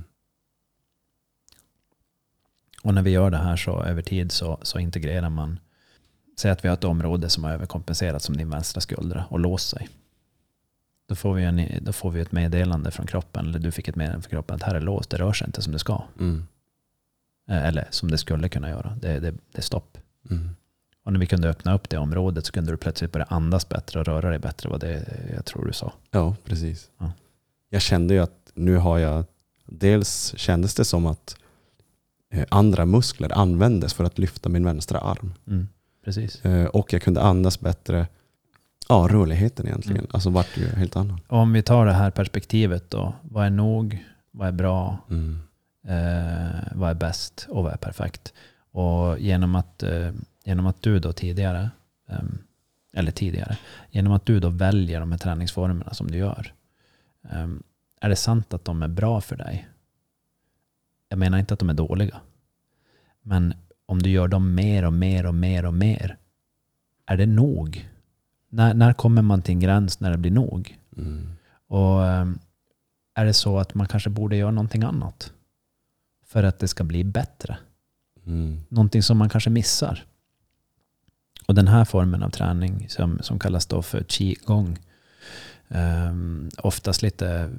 Och när vi gör det här så över tid så integrerar man. Säg att vi har ett område som har överkompenserat som din vänstra skuldra och låst sig. Då får vi ett meddelande från kroppen, eller du fick ett meddelande från kroppen att här är låst, det rör sig inte som det ska. Mm. Eller som det skulle kunna göra. Det är stopp. Mm. Och när vi kunde öppna upp det området så kunde du plötsligt börja andas bättre och röra dig bättre, vad det jag tror du sa. Ja, precis. Ja. Jag kände ju att nu har jag, dels kändes det som att andra muskler användes för att lyfta min vänstra arm. Mm, precis. Och jag kunde andas bättre. Ja, rörligheten egentligen. Mm. Alltså vart ju helt annan. Och om vi tar det här perspektivet då. Vad är nog? Vad är bra? Mm. Vad är bäst? Och vad är perfekt? Och genom att du då genom att du då väljer de här träningsformerna som du gör. Är det sant att de är bra för dig? Jag menar inte att de är dåliga. Men om du gör dem mer och mer, är det nog? När kommer man till en gräns när det blir nog? Och är det så att man kanske borde göra någonting annat för att det ska bli bättre? Någonting som man kanske missar. Och den här formen av träning som kallas då för qigong, oftast lite,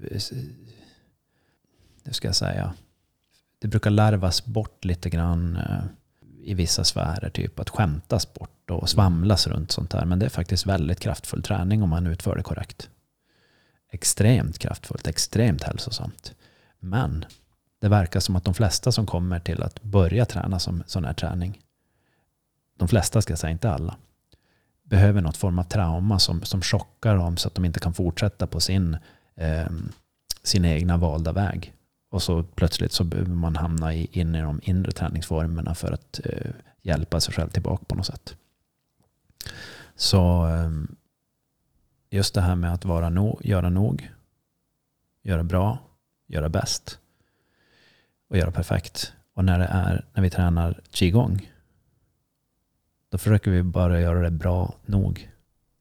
hur ska jag säga, det brukar larvas bort lite grann i vissa sfärer, typ att skämtas bort och svamlas runt sånt där. Men det är faktiskt väldigt kraftfull träning om man utför det korrekt. Extremt kraftfullt, extremt hälsosamt. Men det verkar som att de flesta som kommer till att börja träna som sån här träning, de flesta, ska jag säga, inte alla, behöver något form av trauma som chockar dem så att de inte kan fortsätta på sin egna valda väg. Och så plötsligt så behöver man hamna in i de inre träningsformerna för att hjälpa sig själv tillbaka på något sätt. Så just det här med att göra nog, göra bra, göra bäst och göra perfekt. Och när vi tränar qigong, då försöker vi bara göra det bra nog.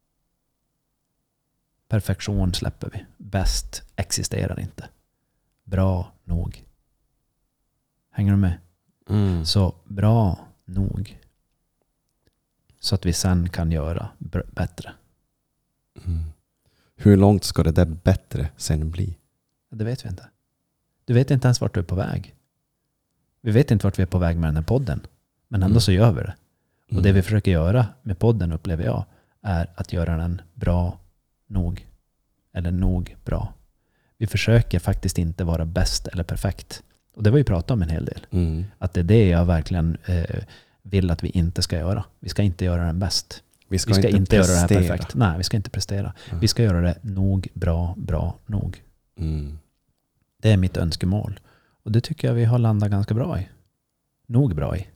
Perfektion släpper vi. Bäst existerar inte. Bra nog. Hänger du med? Så bra nog. Så att vi sen kan göra bättre. Hur långt ska det där bättre sen bli? Det vet vi inte. Du vet inte ens vart du är på väg. Vi vet inte vart vi är på väg med den här podden. Men ändå så gör vi det. Och det vi försöker göra med podden, upplever jag, är att göra den bra nog. Eller nog bra. Vi försöker faktiskt inte vara bäst eller perfekt. Och det var ju pratat om en hel del. Att det är det jag verkligen vill att vi inte ska göra. Vi ska inte göra den bäst. Vi ska inte göra det här perfekt. Nej, vi ska inte prestera. Vi ska göra det nog, bra nog. Det är mitt önskemål. Och det tycker jag vi har landat ganska bra i. Nog bra i.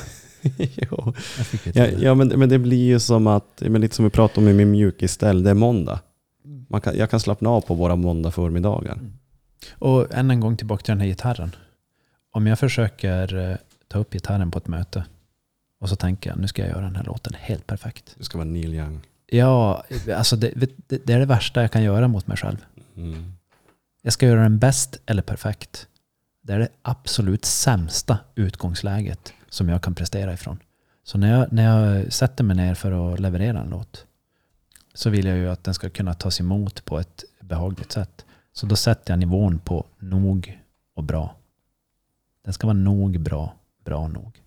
Men det blir ju som att, men lite som vi pratade om i min mjukisställ, det är måndag. Jag kan slappna av på våra måndag förmiddagar. Och än en gång tillbaka till den här gitarren. Om jag försöker ta upp gitarren på ett möte och så tänker jag, nu ska jag göra den här låten helt perfekt. Du ska vara Neil Young. Ja, alltså det är det värsta jag kan göra mot mig själv. Jag ska göra den bäst eller perfekt. Det är det absolut sämsta utgångsläget som jag kan prestera ifrån. Så när jag sätter mig ner för att leverera en låt, så vill jag ju att den ska kunna tas emot på ett behagligt sätt. Så då sätter jag nivån på nog och bra. Den ska vara nog, bra nog.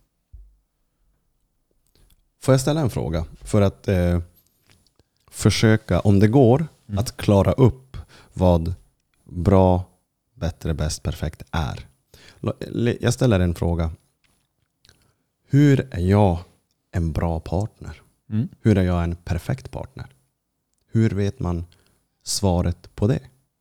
Får jag ställa en fråga? För att försöka, om det går, att klara upp vad bra, bättre, bäst, perfekt är. Jag ställer en fråga. Hur är jag en bra partner? Hur är jag en perfekt partner? Hur vet man svaret på det?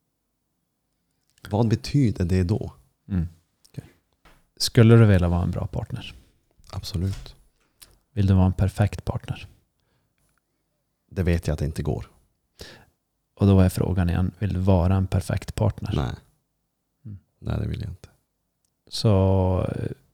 Vad betyder det då? Okay. Skulle du vilja vara en bra partner? Absolut. Vill du vara en perfekt partner? Det vet jag att det inte går. Och då är frågan igen, vill du vara en perfekt partner? Nej. Nej, det vill jag inte. Så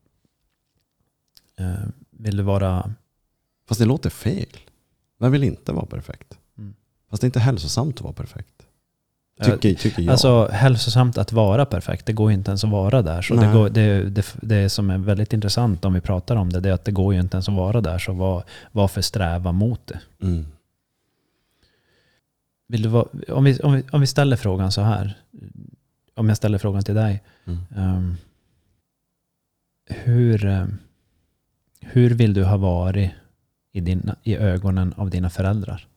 vill du vara... Fast det låter fel. Man vill inte vara perfekt. Fast det är inte hälsosamt att vara perfekt. Tycker jag. Alltså hälsosamt att vara perfekt, det går ju inte ens att vara där. Så det som är väldigt intressant om vi pratar om det är att det går ju inte ens att vara där. Så varför sträva mot det? Vill du vara, om vi ställer frågan så här. Om jag ställer frågan till dig. Hur vill du ha varit i ögonen av dina föräldrar?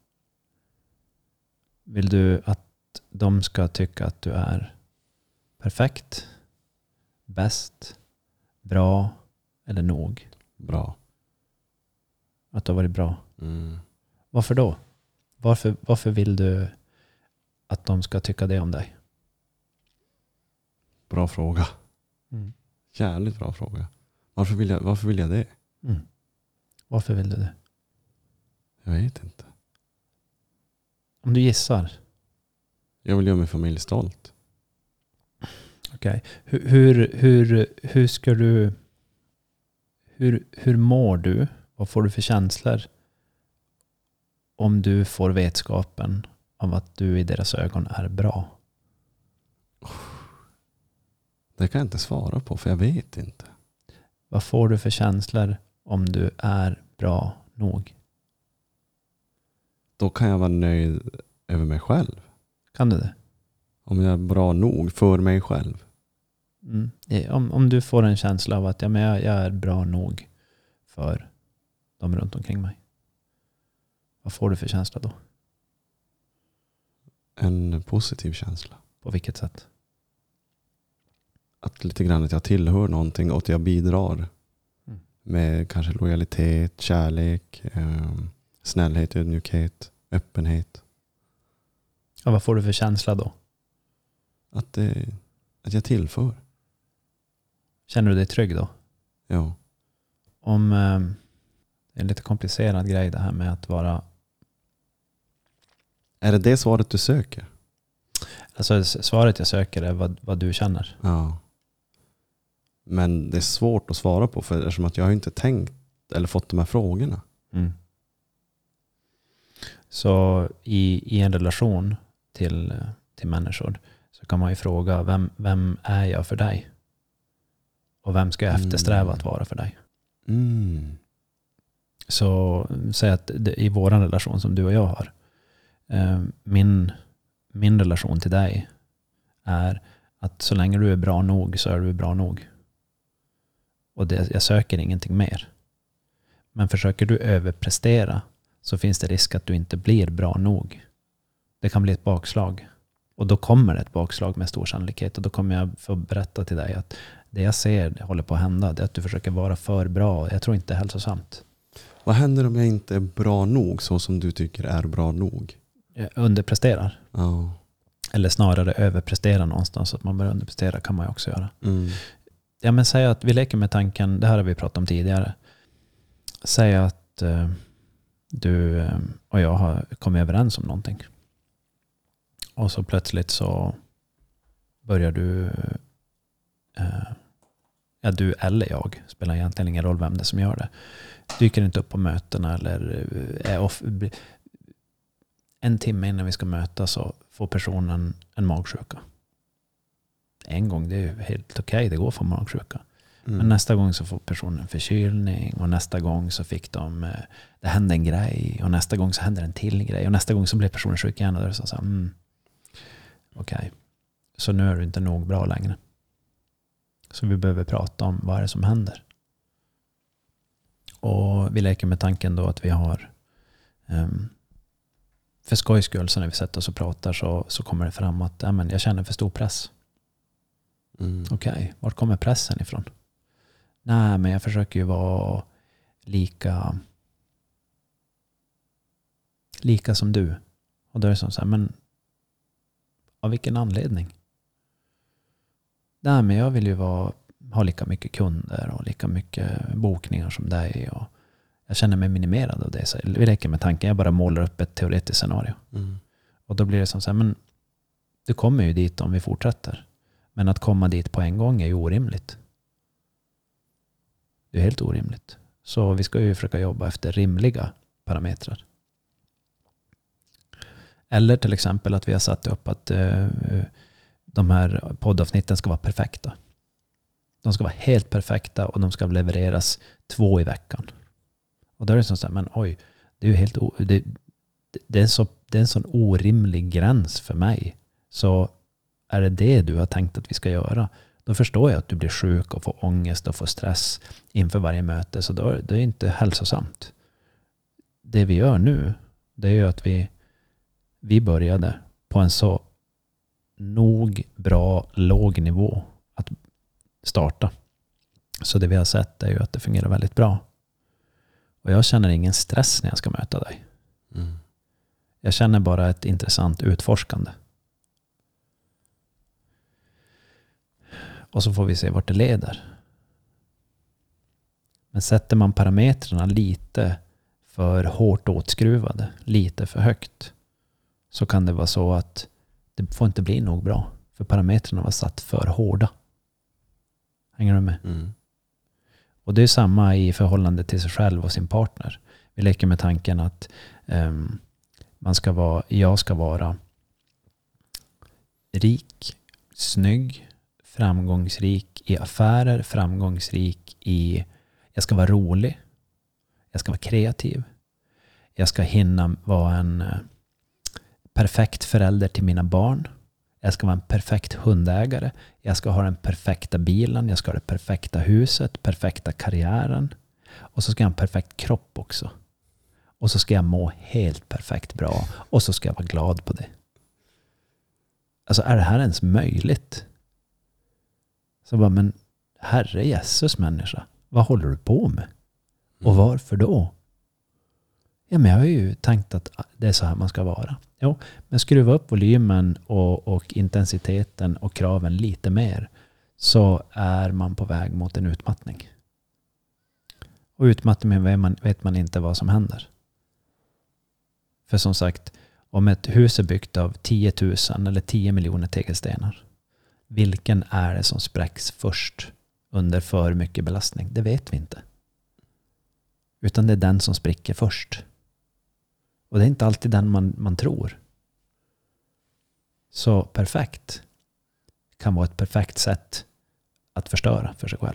Vill du att de ska tycka att du är perfekt, bäst, bra eller nog? Bra. Att du har varit bra. Varför då? Varför vill du att de ska tycka det om dig? Bra fråga. Jävligt bra fråga. Varför vill jag det? Varför vill du det? Jag vet inte. Om du gissar. Jag vill göra min familj stolt. Okej. Hur ska du... Hur mår du? Vad får du för känslor? Om du får vetskapen av att du i deras ögon är bra? Det kan jag inte svara på, för jag vet inte. Vad får du för känslor om du är bra nog? Då kan jag vara nöjd över mig själv. Kan du det? Om jag är bra nog för mig själv. Om du får en känsla av att jag är bra nog för de runt omkring mig. Vad får du för känsla då? En positiv känsla. På vilket sätt? Att lite grann att jag tillhör någonting och att jag bidrar. Med kanske lojalitet, kärlek, snällhet, ödmjukhet, öppenhet. Och vad får du för känsla då? Att jag tillför. Känner du dig trygg då? Ja. Om det är en lite komplicerad grej det här med att vara... Är det svaret du söker? Alltså svaret jag söker är vad du känner. Ja. Men det är svårt att svara på, för eftersom att jag har inte tänkt eller fått de här frågorna. Mm. Så i en relation till människor så kan man ju fråga, vem är jag för dig? Och vem ska jag eftersträva att vara för dig? Mm. Så säg att i vår relation som du och jag har, min relation till dig är att så länge du är bra nog så är du bra nog. Och jag söker ingenting mer. Men försöker du överprestera så finns det risk att du inte blir bra nog. Det kan bli ett bakslag. Och då kommer det ett bakslag med stor sannolikhet. Och då kommer jag få berätta till dig att det jag ser det håller på att hända. Det är att du försöker vara för bra. Jag tror inte det är hälsosamt. Vad händer om jag inte är bra nog så som du tycker är bra nog? Jag underpresterar. Ja. Eller snarare överprestera någonstans. Så att man börjar underprestera kan man ju också göra. Mm. Ja, men säg att vi leker med tanken, det här har vi pratat om tidigare. Säg att du och jag har kommit överens om någonting. Och så plötsligt så börjar du du eller jag, spelar egentligen ingen roll vem det är som gör det, dyker inte upp på mötena eller en timme innan vi ska mötas så får personen en magsjuka. En gång, det är ju helt okej, det går att få magsjuka. Men nästa gång så får personen förkylning och nästa gång så fick det hände en grej och nästa gång så hände en till grej och nästa gång så blev personen sjuk igen och då så okej. Så nu är du inte nog bra längre. Så vi behöver prata om vad är det som händer. Och vi leker med tanken då att vi har för skojs skull så när vi sätter oss och pratar så kommer det fram att jag känner för stor press. Okej, vart kommer pressen ifrån? Nej, men jag försöker ju vara lika som du. Och då är det som så här, men av vilken anledning? Nej, men jag vill ju ha lika mycket kunder och lika mycket bokningar som dig. Och jag känner mig minimerad av det. Så vi leker med tanken, jag bara målar upp ett teoretiskt scenario. Och då blir det som så här, men du kommer ju dit om vi fortsätter. Men att komma dit på en gång är ju orimligt. Det är helt orimligt. Så vi ska ju försöka jobba efter rimliga parametrar. Eller till exempel att vi har satt upp att de här poddavsnitten ska vara perfekta. De ska vara helt perfekta och de ska levereras 2 i veckan. Och då är det så här, men oj, det är ju helt det är en sån orimlig gräns för mig. Så är det du har tänkt att vi ska göra, då förstår jag att du blir sjuk och får ångest och får stress inför varje möte. Så då är det inte hälsosamt. Det vi gör nu, det är ju att vi började på en så bra, låg nivå att starta. Så det vi har sett är ju att det fungerar väldigt bra. Och jag känner ingen stress när jag ska möta dig. Jag känner bara ett intressant utforskande. Och så får vi se vart det leder. Men sätter man parametrarna lite för hårt åtskruvade, lite för högt, så kan det vara så att det får inte bli nog bra. För parametrarna var satt för hårda. Hänger du med? Och det är samma i förhållande till sig själv och sin partner. Vi leker med tanken att Jag ska vara rik, snygg, framgångsrik i affärer, framgångsrik i... Jag ska vara rolig. Jag ska vara kreativ. Jag ska hinna vara en perfekt förälder till mina barn. Jag ska vara en perfekt hundägare. Jag ska ha den perfekta bilen. Jag ska ha det perfekta huset, perfekta karriären. Och så ska jag ha en perfekt kropp också. Och så ska jag må helt perfekt bra. Och så ska jag vara glad på det. Alltså är det här ens möjligt? Så bara, men Herre Jesus människa, vad håller du på med? Och varför då? Ja, men jag har ju tänkt att det är så här man ska vara. Jo, men skruva upp volymen och intensiteten och kraven lite mer, så är man på väg mot en utmattning. Och utmattning vet man inte vad som händer. För som sagt, om ett hus är byggt av 10 000 eller 10 miljoner tegelstenar, vilken är det som spräcks först under för mycket belastning? Det vet vi inte. Utan det är den som spricker först. Och det är inte alltid den man tror. Så perfekt kan vara ett perfekt sätt att förstöra för sig själv.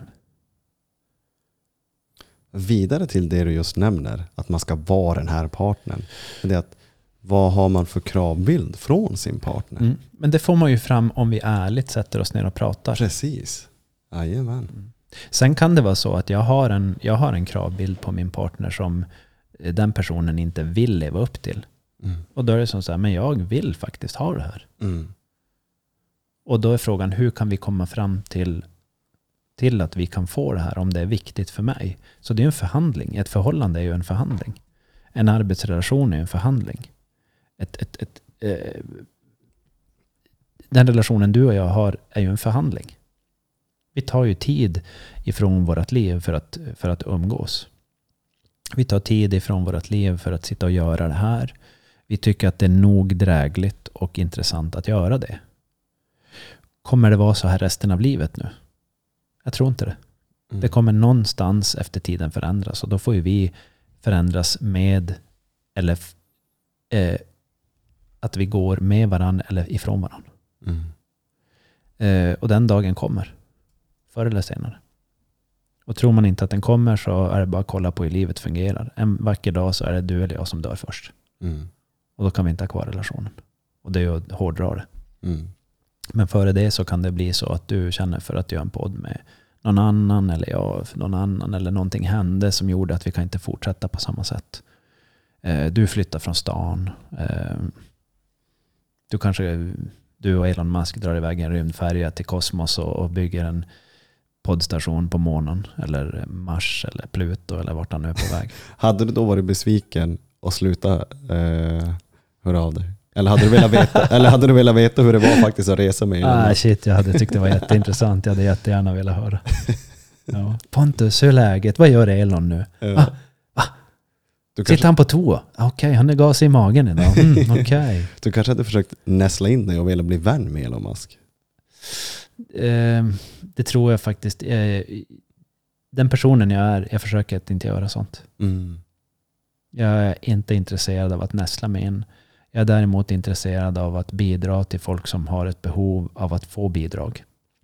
Vidare till det du just nämner, att man ska vara den här partnern. Det är att, vad har man för kravbild från sin partner? Men det får man ju fram om vi ärligt sätter oss ner och pratar. Precis. Jajamän. Sen kan det vara så att jag har en kravbild på min partner som den personen inte vill leva upp till. Och då är det som så här, men jag vill faktiskt ha det här. Och då är frågan, hur kan vi komma fram till att vi kan få det här om det är viktigt för mig? Så det är en förhandling. Ett förhållande är ju en förhandling. En arbetsrelation är en förhandling. Den relationen du och jag har är ju en förhandling. Vi tar ju tid ifrån vårt liv för att umgås. Vi tar tid ifrån vårt liv för att sitta och göra det här. Vi tycker att det är nog drägligt och intressant att göra det. Kommer det vara så här resten av livet nu? Jag tror inte det. Det kommer någonstans efter tiden förändras, och då får ju vi förändras med, eller att vi går med varandra eller ifrån varandra. Och den dagen kommer. Förr eller senare. Och tror man inte att den kommer, så är det bara att kolla på hur livet fungerar. En vacker dag så är det du eller jag som dör först. Och då kan vi inte ha kvar relationen. Och det är ju att hårdra det. Men före det så kan det bli så att du känner för att göra en podd med någon annan, eller jag för någon annan, eller någonting hände som gjorde att vi kan inte fortsätta på samma sätt. Du flyttar från stan. Du och Elon Musk drar iväg en rymdfärja till kosmos och bygger en poddstation på månen, eller Mars, eller Pluto, eller vart han nu är på väg. Hade du då varit besviken och sluta höra av dig? Eller hade du velat veta hur det var faktiskt att resa med Elon Musk? Shit, jag hade tyckt det var jätteintressant. Jag hade jättegärna velat höra. Ja. Pontus, hur är läget? Vad gör Elon nu? Sitter han på toa? Okej, han är gas i magen idag. Okej. Du kanske hade försökt näsla in dig och vilja bli vän med Elon Musk? Det tror jag faktiskt. Den personen jag försöker att inte göra sånt. Jag är inte intresserad av att näsla mig in. Jag är däremot intresserad av att bidra till folk som har ett behov av att få bidrag.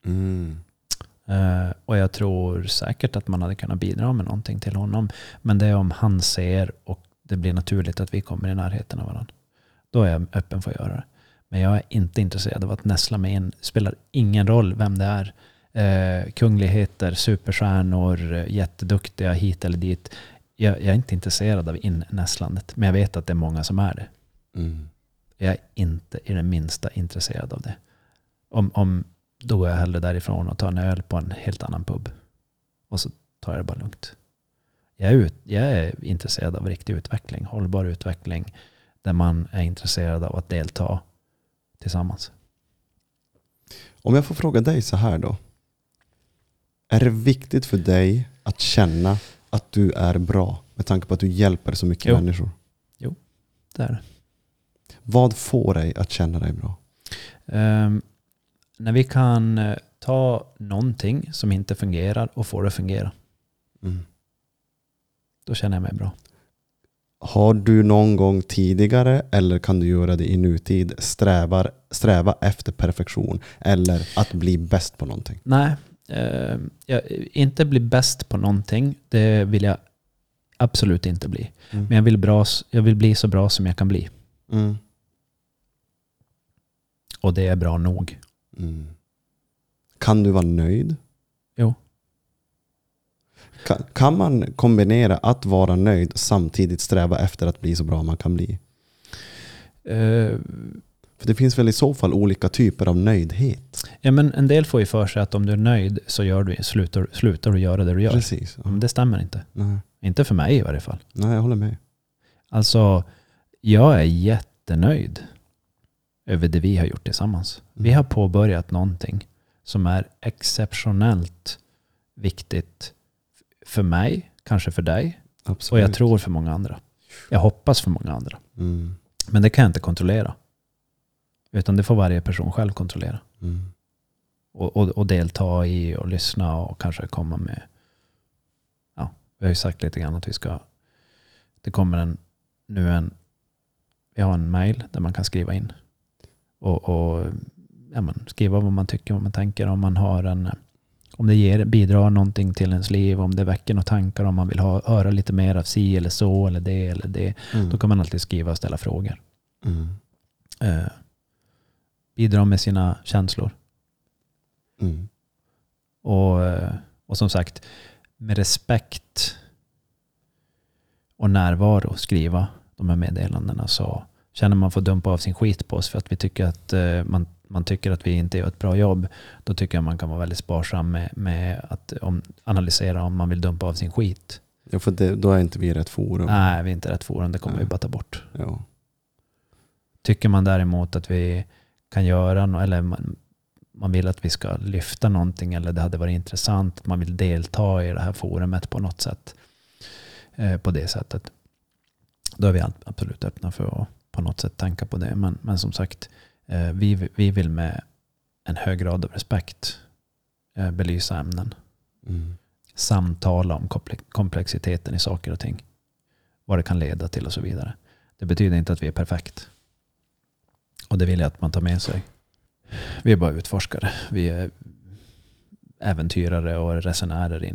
Och jag tror säkert att man hade kunnat bidra med någonting till honom. Men det är om han ser och det blir naturligt att vi kommer i närheten av varandra. Då är jag öppen för att göra det. Men jag är inte intresserad av att näsla mig in. Det spelar ingen roll vem det är. Kungligheter, superstjärnor, jätteduktiga hit eller dit. Jag är inte intresserad av innäslandet. Men jag vet att det är många som är det. Jag är inte i det minsta intresserad av det. Då går jag hellre därifrån och tar en öl på en helt annan pub. Och så tar jag det bara lugnt. Jag är intresserad av riktig utveckling. Hållbar utveckling. Där man är intresserad av att delta tillsammans. Om jag får fråga dig så här då. Är det viktigt för dig att känna att du är bra? Med tanke på att du hjälper så mycket människor. Jo, det är det. Vad får dig att känna dig bra? När vi kan ta någonting som inte fungerar och få det att fungera. Då känner jag mig bra. Har du någon gång tidigare eller kan du göra det i nutid sträva efter perfektion eller att bli bäst på någonting? Nej, inte bli bäst på någonting. Det vill jag absolut inte bli. Men jag vill bli så bra som jag kan bli. Och det är bra nog. Kan du vara nöjd? Jo. Kan man kombinera att vara nöjd samtidigt sträva efter att bli så bra man kan bli? För det finns väl i så fall olika typer av nöjdhet? Ja, men en del får ju för sig att om du är nöjd så slutar du göra det du gör. Precis. Ja. Men det stämmer inte. Nej. Inte för mig i varje fall. Nej, jag håller med. Alltså, jag är jättenöjd över det vi har gjort tillsammans. Vi har påbörjat någonting som är exceptionellt viktigt för mig, kanske för dig. Absolut. Och jag tror för många andra. Jag hoppas för många andra. Men det kan jag inte kontrollera. Utan det får varje person själv kontrollera. Och delta i och lyssna och kanske komma med. Ja, vi har ju sagt lite grann att det kommer vi har en mail där man kan skriva in. Och skriva vad man tycker, vad man tänker. Om det bidrar någonting till ens liv, om det väcker några tankar, om man vill höra lite mer av si eller så eller det. Då kan man alltid skriva och ställa frågor. Bidra med sina känslor. Och som sagt, med respekt och närvaro skriva de här meddelandena, så känner man får dumpa av sin skit på oss för att vi tycker att man tycker att vi inte gör ett bra jobb, då tycker jag man kan vara väldigt sparsam med att analysera om man vill dumpa av sin skit. Ja, för då är inte vi rätt forum. Nej, vi är inte rätt forum. Det kommer vi bara ta bort. Ja. Tycker man däremot att vi kan göra eller man vill att vi ska lyfta någonting, eller det hade varit intressant, man vill delta i det här forumet på något sätt, på det sättet, då är vi absolut öppna för att på något sätt tänka på det. Men som sagt, vi vill med en hög grad av respekt belysa ämnen. Samtala om komplexiteten i saker och ting. Vad det kan leda till och så vidare. Det betyder inte att vi är perfekt. Och det vill jag att man tar med sig. Vi är bara utforskare. Vi är äventyrare och resenärer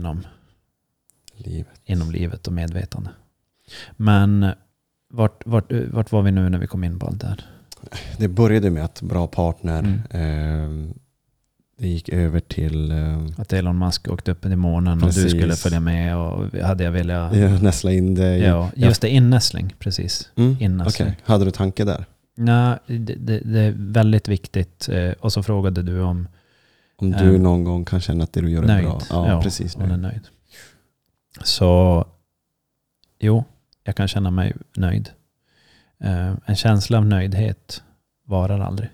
inom livet och medvetande. Men vart var vi nu när vi kom in på allt det här? Det började med att bra partner. Det gick över till att Elon Musk åkte upp i månen. Precis. Och du skulle följa med, och hade jag velat näsla in dig. Ja, just det, innäsling, precis. Innäsling. Okay. Hade du tanke där? Nej, det är väldigt viktigt. Och så frågade du om du någon gång kan känna att det du gör är bra. Ja, precis. Hon är nöjd. Så jo, jag kan känna mig nöjd. En känsla av nöjdhet varar aldrig.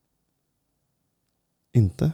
Inte?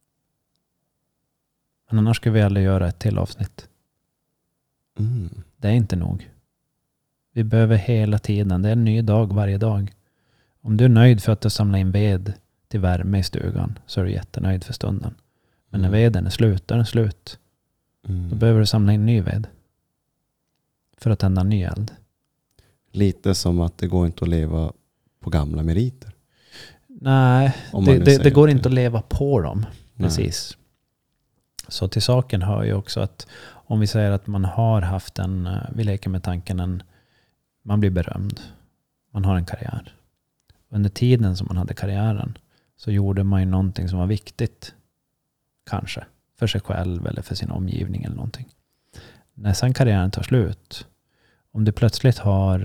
Men annars ska vi aldrig göra ett till avsnitt. Det är inte nog. Vi behöver hela tiden. Det är en ny dag varje dag. Om du är nöjd för att du samlar in ved till värme i stugan, så är du jättenöjd för stunden. Men när veden är slut, då är den slut. Då behöver du samla in ny ved för att tända en ny eld. Lite som att det går inte att leva på gamla meriter. Nej, det går inte att leva på dem. Precis. Så till saken hör ju också att om vi säger att man har haft vi leker med tanken, man blir berömd. Man har en karriär. Under tiden som man hade karriären så gjorde man ju någonting som var viktigt. Kanske. För sig själv eller för sin omgivning eller någonting. När sen karriären tar slut, om du plötsligt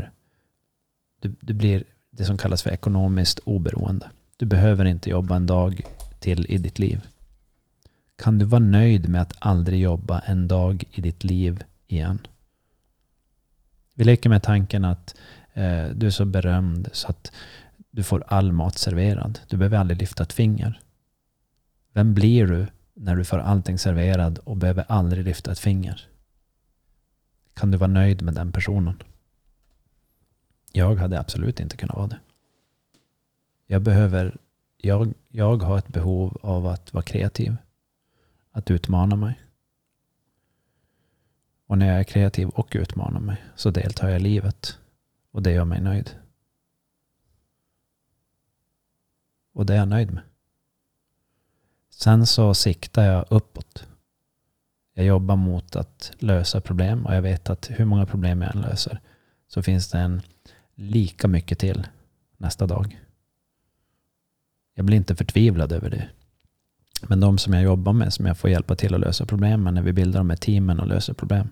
du blir det som kallas för ekonomiskt oberoende. Du behöver inte jobba en dag till i ditt liv. Kan du vara nöjd med att aldrig jobba en dag i ditt liv igen? Vi leker med tanken att du är så berömd så att du får all mat serverad. Du behöver aldrig lyfta ett finger. Vem blir du när du får allting serverad och behöver aldrig lyfta ett finger? Kan du vara nöjd med den personen? Jag hade absolut inte kunnat vara det. Jag har ett behov av att vara kreativ. Att utmana mig. Och när jag är kreativ och utmanar mig så deltar jag i livet Och det gör mig nöjd. Och det är jag nöjd med. Sen så siktar jag uppåt. Jag jobbar mot att lösa problem. Och jag vet att hur många problem jag än löser, så finns det en lika mycket till nästa dag. Jag blir inte förtvivlad över det. Men de som jag jobbar med, som jag får hjälpa till att lösa problemen, när vi bildar de här teamen och löser problem.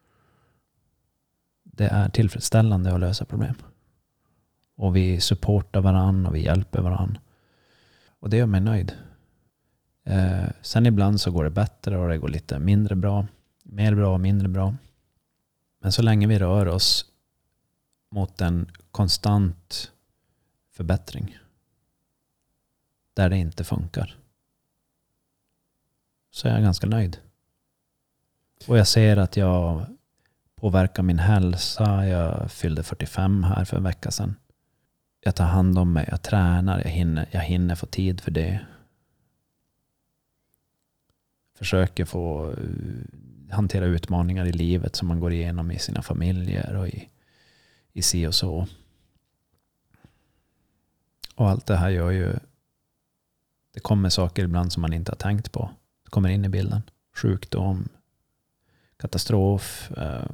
Det är tillfredsställande att lösa problem. Och vi supportar varandra och vi hjälper varandra. Och det gör mig nöjd. Sen ibland så går det bättre och det går lite mindre bra. Mer bra och mindre bra. Men så länge vi rör oss mot en konstant förbättring, där det inte funkar, så är jag ganska nöjd. Och jag ser att jag påverkar min hälsa. Jag fyllde 45 här för en vecka sedan. Jag tar hand om mig, jag tränar, jag hinner få tid för det. Försöker få hantera utmaningar i livet som man går igenom i sina familjer och i si och så. Och allt det här gör ju, det kommer saker ibland som man inte har tänkt på. Det kommer in i bilden. Sjukdom, katastrof,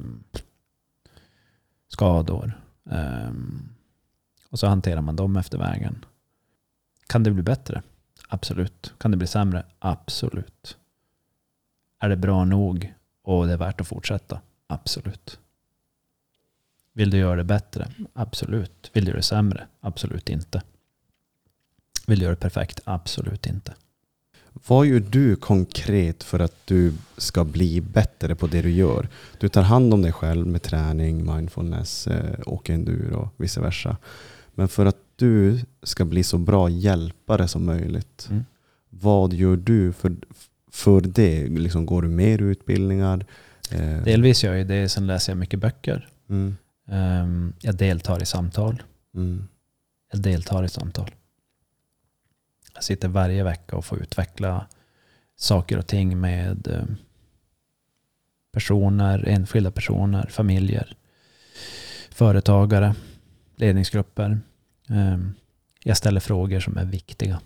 skador. Och så hanterar man dem efter vägen. Kan det bli bättre? Absolut. Kan det bli sämre? Absolut. Är det bra nog och det är värt att fortsätta? Absolut. Vill du göra det bättre? Absolut. Vill du göra det sämre? Absolut inte. Vill du göra det perfekt? Absolut inte. Vad gör du konkret för att du ska bli bättre på det du gör? Du tar hand om dig själv med träning, mindfulness, åka enduro och vice versa. Men för att du ska bli så bra hjälpare som möjligt, vad gör du för det? Liksom, går du mer utbildningar? Delvis gör jag det. Sen läser jag mycket böcker. Jag deltar i samtal. Jag sitter varje vecka och får utveckla saker och ting med personer, enskilda personer, familjer, företagare, ledningsgrupper. Jag ställer frågor som är viktiga.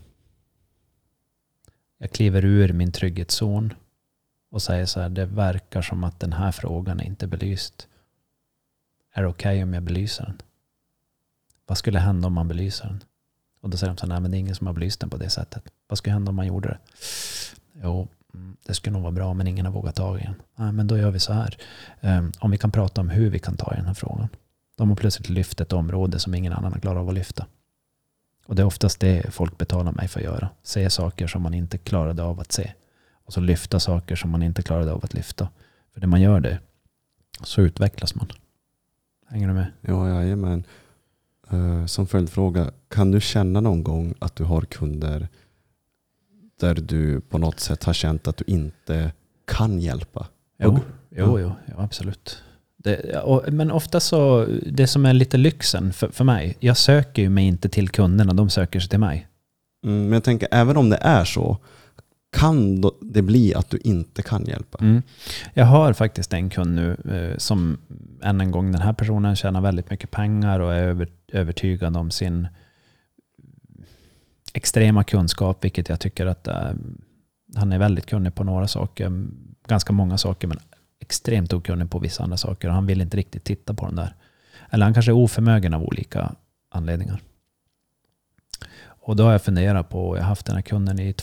Jag kliver ur min trygghetszon och säger så här: det verkar som att den här frågan är inte belyst. Är det okej om jag belyser den? Vad skulle hända om man belyser den? Och då säger de så här: nej, men det är ingen som har belyst den på det sättet. Vad skulle hända om man gjorde det? Jo, det skulle nog vara bra, men ingen har vågat ta i den. Nej, men då gör vi så här. Om vi kan prata om hur vi kan ta i den här frågan. De har plötsligt lyft ett område som ingen annan har klarat av att lyfta. Och det är oftast det folk betalar mig för att göra. Se saker som man inte klarade av att se. Och så lyfta saker som man inte klarade av att lyfta. För när man gör det, så utvecklas man. Hänger du med? Ja, jajamän. Som följdfråga, kan du känna någon gång att du har kunder där du på något sätt har känt att du inte kan hjälpa? Jo, absolut. Men ofta så, det som är lite lyxen för mig, jag söker ju mig inte till kunderna, de söker sig till mig. Men jag tänker, även om det är så, kan det bli att du inte kan hjälpa? Jag har faktiskt en kund nu som än en gång, den här personen tjänar väldigt mycket pengar och är övertygad om sin extrema kunskap, vilket jag tycker att han är väldigt kunnig på några saker, ganska många saker, men extremt okunnig på vissa andra saker, och han vill inte riktigt titta på den där. Eller han kanske är oförmögen av olika anledningar. Och då har jag funderat på, jag har haft den här kunden i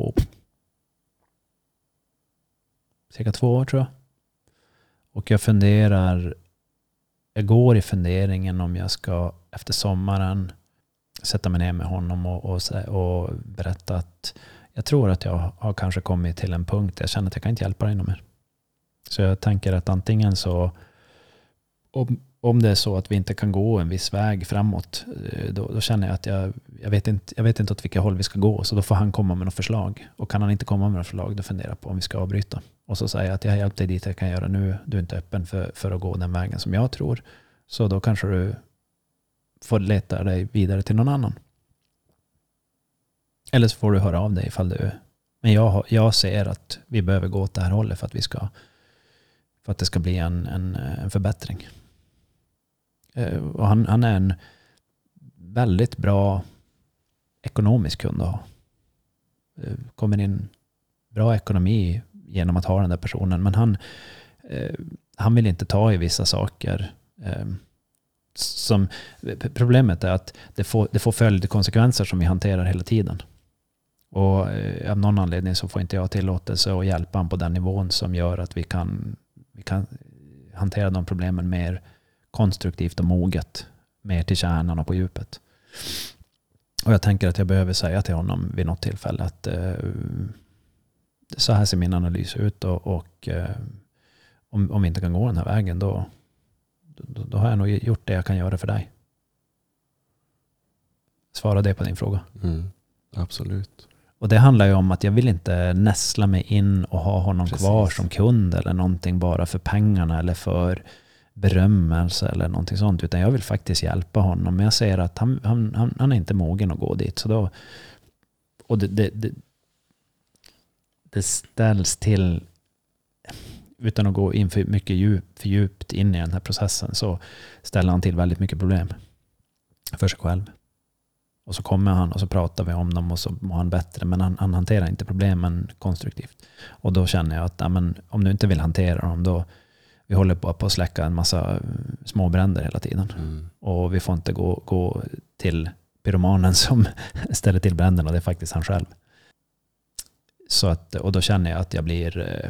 cirka 2 år tror jag. Och jag går i funderingen om jag ska efter sommaren sätta mig ner med honom och berätta att jag tror att jag har kanske kommit till en punkt där jag känner att jag kan inte hjälpa dig någon mer. Så jag tänker att antingen så, om det är så att vi inte kan gå en viss väg framåt, då känner jag att jag vet inte åt vilka håll vi ska gå, så då får han komma med något förslag. Och kan han inte komma med något förslag, då funderar jag på om vi ska avbryta. Och så säger jag att jag har hjälpt dig dit jag kan göra nu, du är inte öppen för att gå den vägen som jag tror. Så då kanske du får leta dig vidare till någon annan. Eller så får du höra av dig ifall du... Men jag ser att vi behöver gå åt det här hållet för att det ska bli en förbättring. Och han är en väldigt bra ekonomisk kund att ha. Kommer in bra ekonomi genom att ha den där personen. Men han vill inte ta i vissa saker. Problemet är att det får följdkonsekvenser som vi hanterar hela tiden. Och av någon anledning så får inte jag tillåtelse att hjälpa honom på den nivån som gör att vi kan hantera de problemen mer konstruktivt och moget, mer till kärnan och på djupet. Och jag tänker att jag behöver säga till honom vid något tillfälle att så här ser min analys ut och om vi inte kan gå den här vägen då har jag nog gjort det jag kan göra för dig. Svara det på din fråga. Absolut. Och det handlar ju om att jag vill inte näsla mig in och ha honom kvar som kund eller någonting bara för pengarna eller för berömmelse eller någonting sånt, utan jag vill faktiskt hjälpa honom. Men jag ser att han är inte mogen att gå dit. Så då, och det ställs till, utan att gå in för mycket för djupt in i den här processen, så ställer han till väldigt mycket problem för sig själv. Och så kommer han och så pratar vi om dem och så mår han bättre, men han hanterar inte problemen konstruktivt. Och då känner jag att om du inte vill hantera dem, då vi håller på att släcka en massa små bränder hela tiden. Och vi får inte gå till pyromanen som ställer till bränderna, det är faktiskt han själv. Så att, och då känner jag att jag blir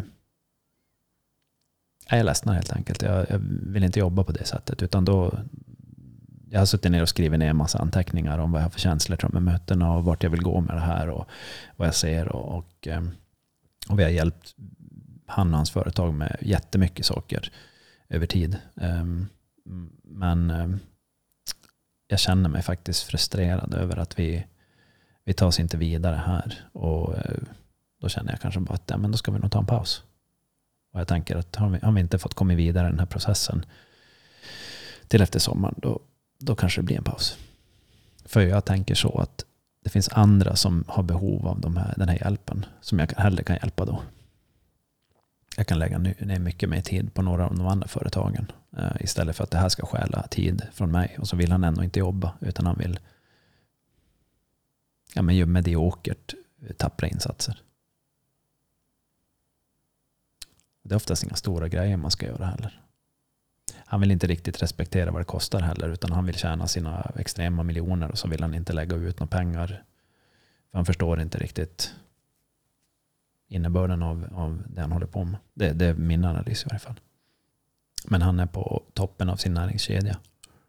jag ledsnar helt enkelt. Jag vill inte jobba på det sättet, utan då jag har suttit ner och skrivit ner en massa anteckningar om vad jag har för känslor från mötena och vart jag vill gå med det här och vad jag ser och vi har hjälpt han och hans företag med jättemycket saker över tid. Men jag känner mig faktiskt frustrerad över att vi tar oss inte vidare här, och då känner jag kanske bara att men då ska vi nog ta en paus. Och jag tänker att har vi inte fått komma vidare i den här processen till efter sommaren, då kanske det blir en paus. För jag tänker så att det finns andra som har behov av den här hjälpen som jag hellre kan hjälpa då. Jag kan lägga ner mycket mer tid på några av de andra företagen istället för att det här ska stjäla tid från mig. Och så vill han ändå inte jobba, utan han vill göra mediokert tappra insatser. Det är oftast inga stora grejer man ska göra heller. Han vill inte riktigt respektera vad det kostar heller, utan han vill tjäna sina extrema miljoner och så vill han inte lägga ut några pengar. För han förstår inte riktigt innebörden av det han håller på med. Det är min analys i varje fall. Men han är på toppen av sin näringskedja.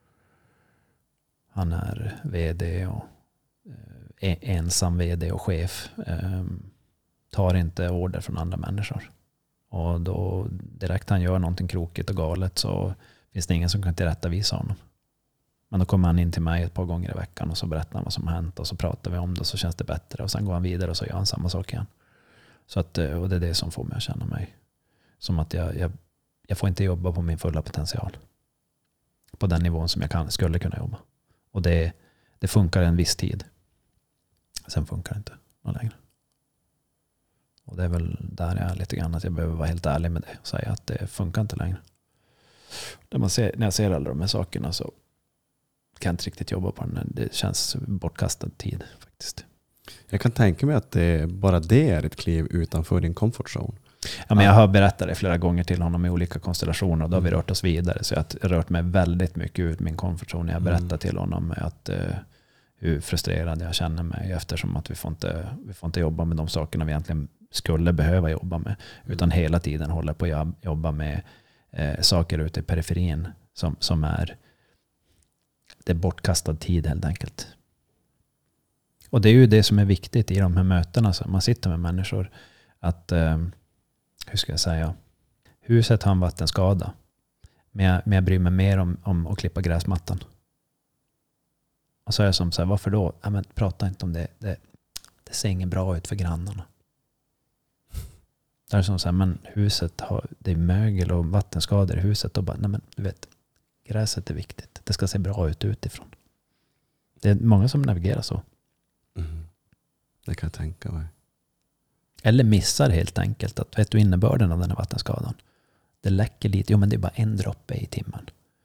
Han är vd och ensam vd och chef. Tar inte order från andra människor. Och då direkt han gör någonting krokigt och galet så finns det ingen som kan tillrättavisa honom. Men då kommer han in till mig ett par gånger i veckan och så berättar han vad som har hänt och så pratar vi om det och så känns det bättre. Och sen går han vidare och så gör han samma sak igen. Så att, och det är det som får mig att känna mig som att jag får inte jobba på min fulla potential. På den nivån som jag skulle kunna jobba. Och det funkar en viss tid. Sen funkar det inte någon längre. Och det är väl där jag är lite grann att jag behöver vara helt ärlig med det och säga att det funkar inte längre. När jag ser alla de här sakerna så kan jag inte riktigt jobba på den. Det känns bortkastad tid faktiskt. Jag kan tänka mig att bara det är ett kliv utanför din comfort zone. Ja, men jag har berättat det flera gånger till honom i olika konstellationer och då har vi rört oss vidare. Så jag har rört mig väldigt mycket ut min comfort zone. Jag berättar till honom att hur frustrerad jag känner mig eftersom att vi får inte jobba med de sakerna vi egentligen skulle behöva jobba med. Utan hela tiden håller på att jobba med saker ute i periferin som är det är bortkastad tid helt enkelt. Och det är ju det som är viktigt i de här mötena som man sitter med människor. Att, hur ska jag säga, huset har en vattenskada. Men jag bryr mig mer om att klippa gräsmattan. Och så är det som så här, varför då? Ja, men prata inte om det. Det ser inget bra ut för grannarna. Det är som så här, men huset det är mögel och vattenskador i huset. Och bara, nej men du vet, gräset är viktigt. Det ska se bra ut utifrån. Det är många som navigerar så. Det kan jag tänka mig. Eller missar helt enkelt att vet du innebörden av den här vattenskadan. Det läcker lite. Jo men det är bara en droppe i timmen. Men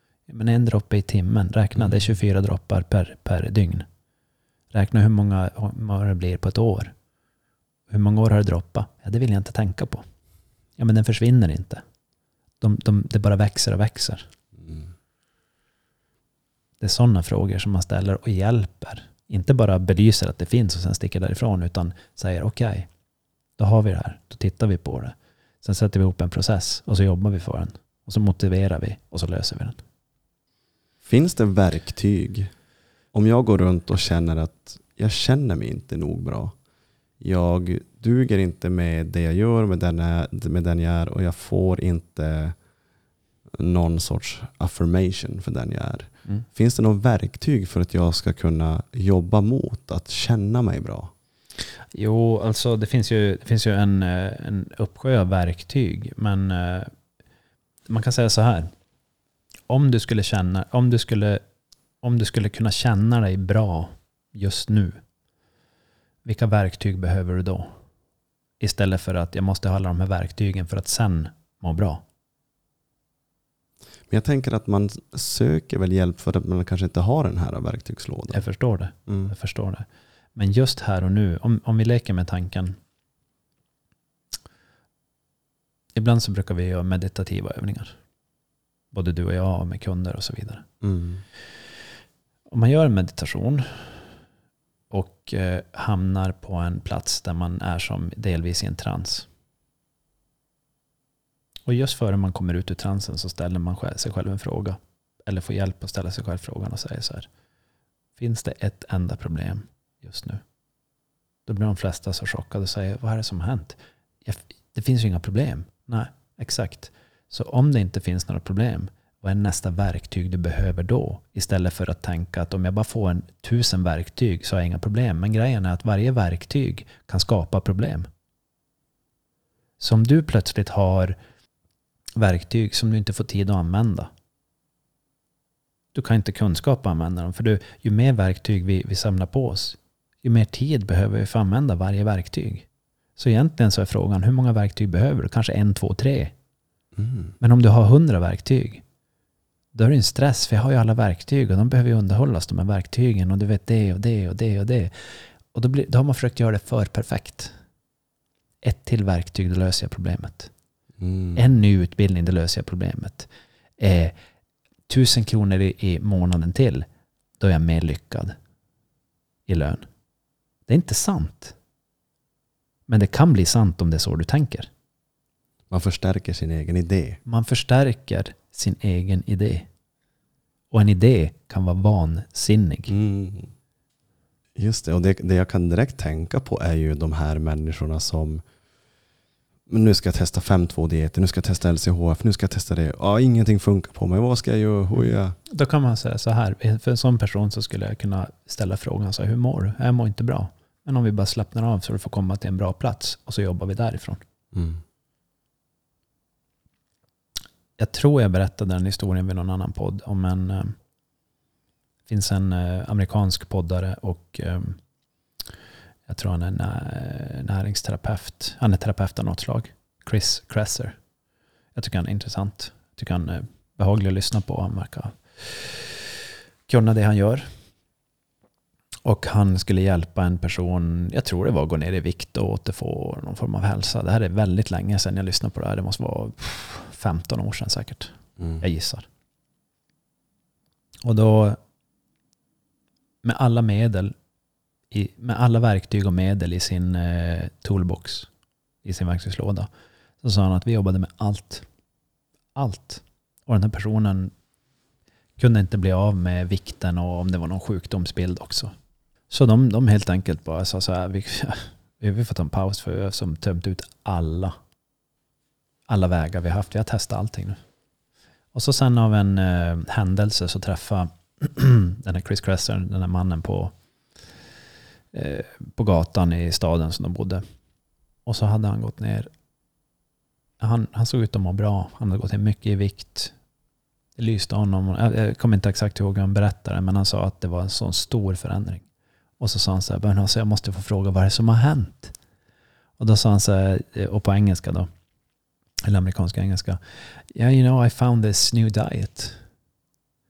Men 1 droppe i timmen. Räkna, det är 24 droppar per dygn. Räkna hur många det blir på ett år. Hur många år har det droppat? Ja, det vill jag inte tänka på. Ja, men den försvinner inte. Det bara växer och växer. Det är sådana frågor som man ställer och hjälper. Inte bara belyser att det finns och sen sticker därifrån, utan säger okej, då har vi det här. Då tittar vi på det. Sen sätter vi ihop en process och så jobbar vi för den. Och så motiverar vi och så löser vi den. Finns det verktyg? Om jag går runt och känner att jag känner mig inte nog bra. Jag duger inte med det jag gör, med den jag är, och jag får inte någon sorts affirmation för den jag är. Finns det något verktyg för att jag ska kunna jobba mot att känna mig bra? Jo, alltså det finns ju en uppsjö av verktyg, men man kan säga så här. Om du skulle kunna känna dig bra just nu, vilka verktyg behöver du då? Istället för att jag måste ha alla de här verktygen för att sen må bra. Men jag tänker att man söker väl hjälp för att man kanske inte har den här verktygslådan. Jag förstår det. Jag förstår det. Men just här och nu, om vi leker med tanken. Ibland så brukar vi göra meditativa övningar. Både du och jag med kunder och så vidare. Om man gör en meditation och hamnar på en plats där man är som delvis i en trans. Och just före man kommer ut ur transen så ställer man sig själv en fråga. Eller får hjälp att ställa sig själv frågan och säger så här. Finns det ett enda problem just nu? Då blir de flesta så chockade och säger, vad är det som har hänt? Det finns ju inga problem. Nej, exakt. Så om det inte finns några problem, vad är nästa verktyg du behöver då? Istället för att tänka att om jag bara får 1000 verktyg så har jag inga problem. Men grejen är att varje verktyg kan skapa problem. Så om du plötsligt har verktyg som du inte får tid att använda. Du kan inte kunskap att använda dem. För ju mer verktyg vi samlar på oss, ju mer tid behöver vi för att använda varje verktyg. Så egentligen så är frågan, hur många verktyg behöver du? Kanske 1, 2, 3. Men om du har 100 verktyg, då är det en stress. För jag har ju alla verktyg och de behöver ju underhållas, de här verktygen. Och du vet det och det och det och det. Och då har man försökt göra det för perfekt. Ett till verktyg, då löser jag problemet. En ny utbildning, det löser jag problemet. 1000 kronor i månaden till, då är jag mer lyckad i lön. Det är inte sant. Men det kan bli sant om det är så du tänker. Man förstärker sin egen idé. Man förstärker sin egen idé. Och en idé kan vara vansinnig. Just det, och det jag kan direkt tänka på är ju de här människorna som men nu ska jag testa 5-2-dieter, nu ska jag testa LCHF, nu ska jag testa det. Ja, ingenting funkar på mig. Vad ska jag göra? Då kan man säga så här. För en sån person så skulle jag kunna ställa frågan så här, hur mår du? Jag mår inte bra. Men om vi bara slappnar av så du får komma till en bra plats och så jobbar vi därifrån. Jag tror jag berättade den historien vid någon annan podd om finns en amerikansk poddare och jag tror han är näringsterapeut. Han är terapeut av något slag. Chris Kresser. Jag tycker han är intressant. Jag tycker han är behaglig att lyssna på. Han verkar kunna det han gör. Och han skulle hjälpa en person, jag tror det var att gå ner i vikt och återfå någon form av hälsa. Det här är väldigt länge sedan jag lyssnade på det här. Det måste vara 15 år sedan säkert. Jag gissar. Och då med alla medel med alla verktyg och medel i sin toolbox, i sin verktygslåda, så sa han att vi jobbade med allt. Allt. Och den här personen kunde inte bli av med vikten och om det var någon sjukdomsbild också. Så de helt enkelt bara sa så här, vi får ta en paus för vi har som tömt ut alla vägar vi har haft. Vi har testat allting nu. Och så sen av en händelse så träffade den här Chris Kresser, den här mannen på gatan i staden som de bodde. Och så hade han gått ner. Han såg ut att må bra. Han hade gått ner mycket i vikt. Det lyste honom. Jag kommer inte exakt ihåg hur han berättade, men han sa att det var en sån stor förändring. Och så sa han så här, jag måste få fråga vad det är som har hänt. Och då sa han så här, och på engelska då, eller amerikanska engelska, yeah, you know, I found this new diet.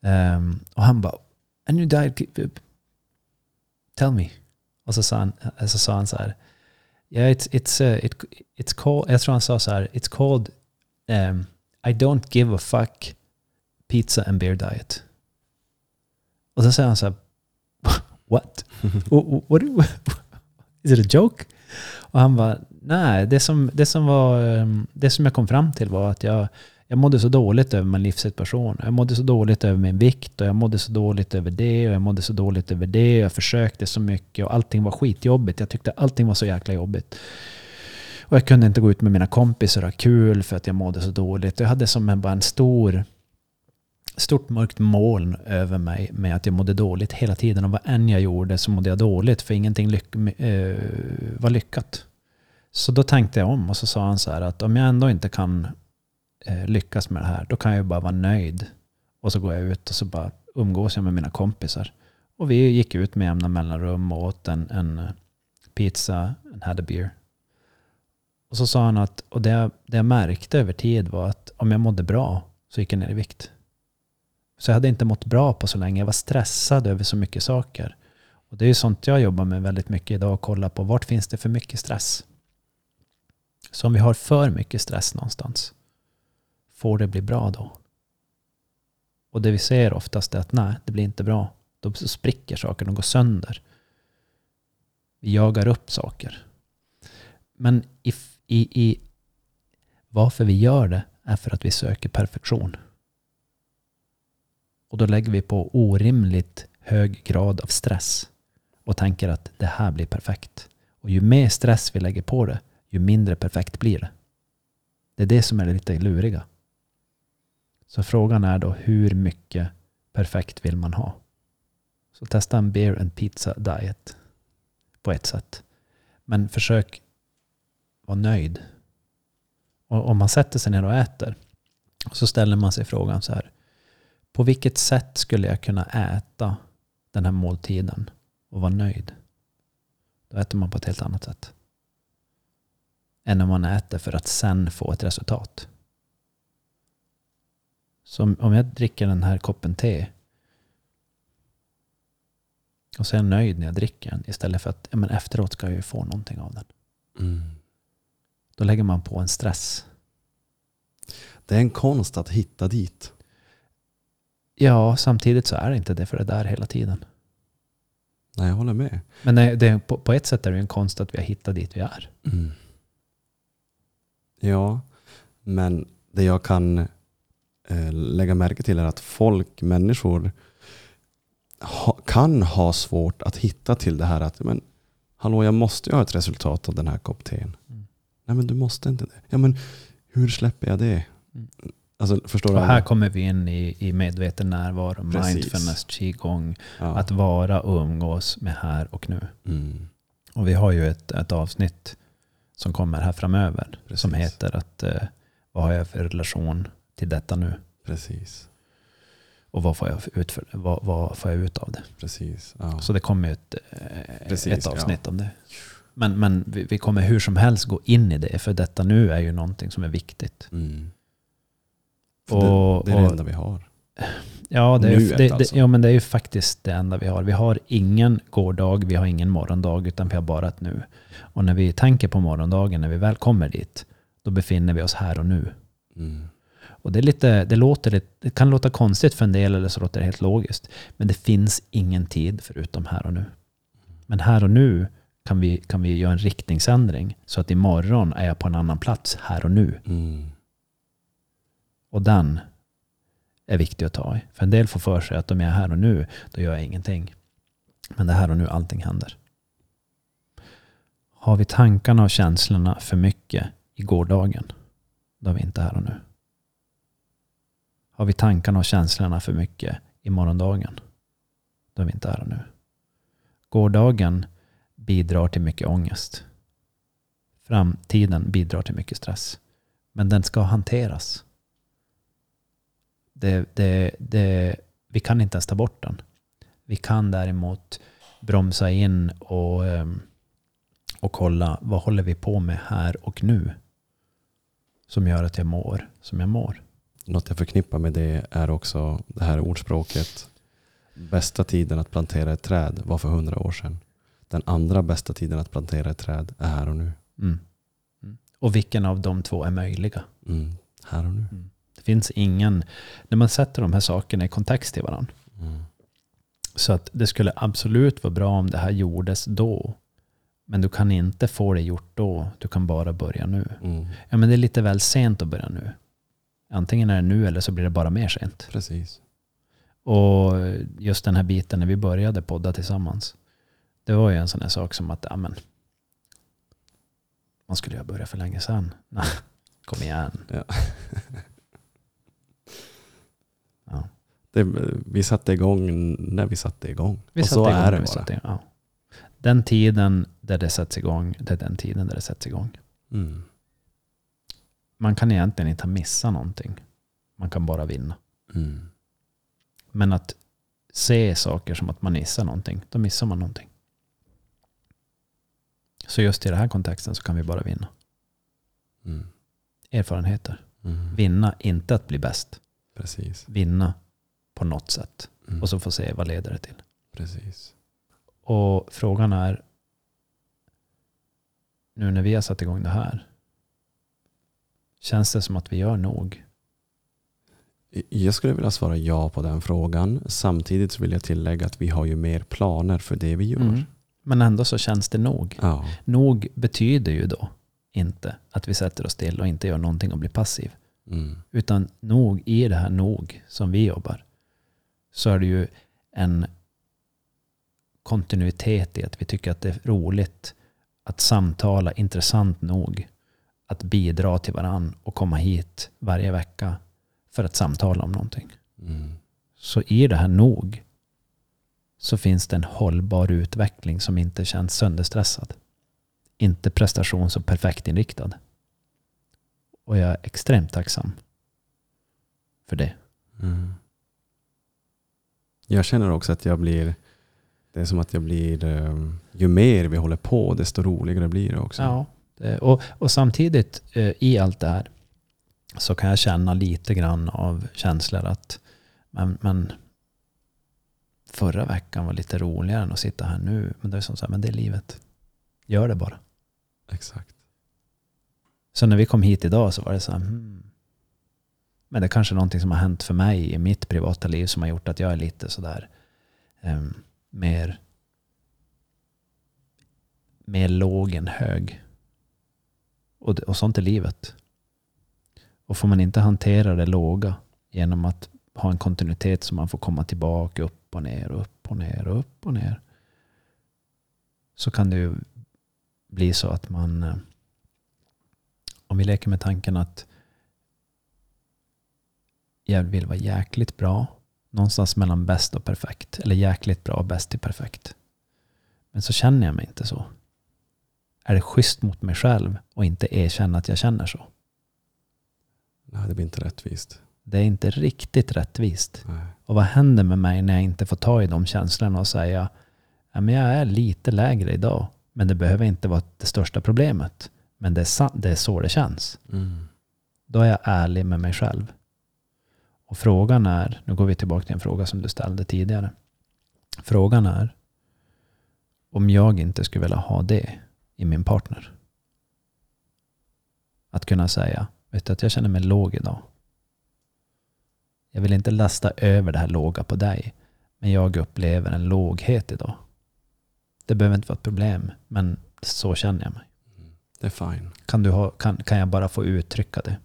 Och han bara, and you died, tell me. Och så sa han så här, yeah, it's called, jag tror han sa så här, it's called I don't give a fuck pizza and beer diet. Och så säger han så här, what? What is it a joke? Och han bara, nej, det som jag kom fram till var att jag mådde så dåligt över min livssituation. Jag mådde så dåligt över min vikt och jag mådde så dåligt över det och jag mådde så dåligt över det. Jag försökte så mycket och allting var skitjobbigt. Jag tyckte allting var så jäkla jobbigt. Och jag kunde inte gå ut med mina kompisar och ha kul för att jag mådde så dåligt. Jag hade som bara en stort mörkt moln över mig med att jag mådde dåligt hela tiden. Och vad än jag gjorde så mådde jag dåligt för ingenting var lyckat. Så då tänkte jag om och så sa han så här att om jag ändå inte kan lyckas med det här, då kan jag ju bara vara nöjd. Och så går jag ut och så bara umgås jag med mina kompisar. Och vi gick ut med jämna mellanrum och åt en pizza and had a beer. Och så sa han att, och det jag märkte över tid var att om jag mådde bra så gick jag ner i vikt. Så jag hade inte mått bra på så länge. Jag var stressad över så mycket saker. Och det är ju sånt jag jobbar med väldigt mycket idag. Och kolla på vart finns det för mycket stress. Så om vi har för mycket stress någonstans, får det bli bra då? Och det vi ser oftast är att nej, det blir inte bra. Då spricker saker, de går sönder. Vi jagar upp saker. Men i varför vi gör det är för att vi söker perfektion. Och då lägger vi på orimligt hög grad av stress och tänker att det här blir perfekt. Och ju mer stress vi lägger på det, ju mindre perfekt blir det. Det är det som är lite luriga. Så frågan är då, hur mycket perfekt vill man ha? Så testa en beer and pizza diet på ett sätt. Men försök vara nöjd. Och om man sätter sig ner och äter, så ställer man sig frågan så här: på vilket sätt skulle jag kunna äta den här måltiden och vara nöjd? Då äter man på ett helt annat sätt. Än när man äter för att sen få ett resultat. Så om jag dricker den här koppen te och så är jag nöjd när jag dricker den, istället för att men efteråt ska jag ju få någonting av den. Då lägger man på en stress. Det är en konst att hitta dit. Ja, samtidigt så är det inte det, för det där hela tiden. Nej, jag håller med. Men det, på ett sätt är det en konst att vi har hittat dit vi är. Ja, men det jag kan lägga märke till är att människor kan ha svårt att hitta till det här att men hallå, jag måste ju ha ett resultat av den här kopp teen. Nej, men du måste inte det. Ja, men hur släpper jag det? Alltså, förstår du? Och här kommer vi in i medveten närvaro, mindfulness, qigong, att vara och umgås med här och nu. Och vi har ju ett avsnitt som kommer här framöver. Precis. Som heter att vad har jag för relation till detta nu? Precis. Och vad får jag ut av det? Precis. Ja. Så det kommer ett avsnitt om det. Men vi kommer hur som helst gå in i det, för detta nu är ju någonting som är viktigt. Och det är det enda vi har. Ja, men det är ju faktiskt det enda vi har. Vi har ingen gårdag, vi har ingen morgondag, utan vi har bara ett nu. Och när vi tänker på morgondagen, när vi väl kommer dit, då befinner vi oss här och nu. Och det kan låta konstigt för en del, eller så låter det helt logiskt. Men det finns ingen tid förutom här och nu. Men här och nu kan vi göra en riktningsändring, så att imorgon är jag på en annan plats här och nu. Och den är viktig att ta i. För en del får för sig att om jag är här och nu, då gör jag ingenting. Men det här och nu, allting händer. Har vi tankarna och känslorna för mycket i gårdagen, då är vi inte här och nu. Har vi tankarna och känslorna för mycket i morgondagen, då är vi inte här och nu. Gårdagen bidrar till mycket ångest. Framtiden bidrar till mycket stress. Men den ska hanteras. Vi kan inte ens ta bort den. Vi kan däremot bromsa in och kolla, vad håller vi på med här och nu som gör att jag mår som jag mår. något jag förknippar med det är också det här ordspråket. Bästa tiden att plantera ett träd var för 100 år sedan. Den andra bästa tiden att plantera ett träd är här och nu. Och vilken av de två är möjliga? Här och nu. Det finns ingen... När man sätter de här sakerna i kontext till varandra. Så att det skulle absolut vara bra om det här gjordes då. Men du kan inte få det gjort då. Du kan bara börja nu. Ja, men det är lite väl sent att börja nu. Antingen är det nu eller så blir det bara mer sent. Precis. Och just den här biten när vi började podda tillsammans. Det var ju en sån här sak som att man skulle ju börja för länge sedan. Nej, kom igen. Ja. Ja. Vi satte igång när vi satte igång. Och så är det bara. Ja. Den tiden där det sätts igång, det är den tiden där det sätts igång. Man kan egentligen inte missa någonting. Man kan bara vinna. Men att se saker som att man missar någonting, då missar man någonting. Så just i den här kontexten så kan vi bara vinna. Erfarenheter. Vinna, inte att bli bäst. Precis. Vinna på något sätt. Och så få se vad leder det till. Precis. Och frågan är, nu när vi har satt igång det här, känns det som att vi gör nog? Jag skulle vilja svara ja på den frågan. Samtidigt så vill jag tillägga att vi har ju mer planer för det vi gör. Men ändå så känns det nog. Ja. Nog betyder ju då inte att vi sätter oss still och inte gör någonting och blir passiv. Utan nog, i det här nog som vi jobbar, så är det ju en kontinuitet i att vi tycker att det är roligt att samtala, intressant nog att bidra till varann och komma hit varje vecka för att samtala om någonting. Så i det här nog så finns det en hållbar utveckling som inte känns sönderstressad. Inte prestations- och perfektinriktad. Och jag är extremt tacksam för det. Jag känner också att det är som att jag blir, ju mer vi håller på, desto roligare blir det också. Ja, och samtidigt i allt det här så kan jag känna lite grann av känslor att men förra veckan var lite roligare än att sitta här nu. Men det är som så här, men det är livet. Gör det bara. Exakt. Så när vi kom hit idag så var det så här, men det är kanske någonting som har hänt för mig i mitt privata liv som har gjort att jag är lite sådär mer låg än hög. Och sånt är livet. Och får man inte hantera det låga genom att ha en kontinuitet som man får komma tillbaka upp och ner och upp och ner och upp och ner, så kan det ju bli så att man, om vi leker med tanken att jag vill vara jäkligt bra, någonstans mellan bäst och perfekt, eller jäkligt bra och bäst till perfekt, men så känner jag mig inte så. Är det schysst mot mig själv och inte erkänna att jag känner så? Nej, det blir inte rättvist. Det är inte riktigt rättvist. Nej. Och vad händer med mig när jag inte får ta i de känslorna och säga, ja, men jag är lite lägre idag, men det behöver inte vara det största problemet. Men det är så det känns. Då är jag ärlig med mig själv. Och frågan är, nu går vi tillbaka till en fråga som du ställde tidigare. Frågan är om jag inte skulle vilja ha det i min partner. Att kunna säga, vet du att jag känner mig låg idag. Jag vill inte lasta över det här låga på dig, men jag upplever en låghet idag. Det behöver inte vara ett problem, men så känner jag mig. Det är fine. Kan jag bara få uttrycka det?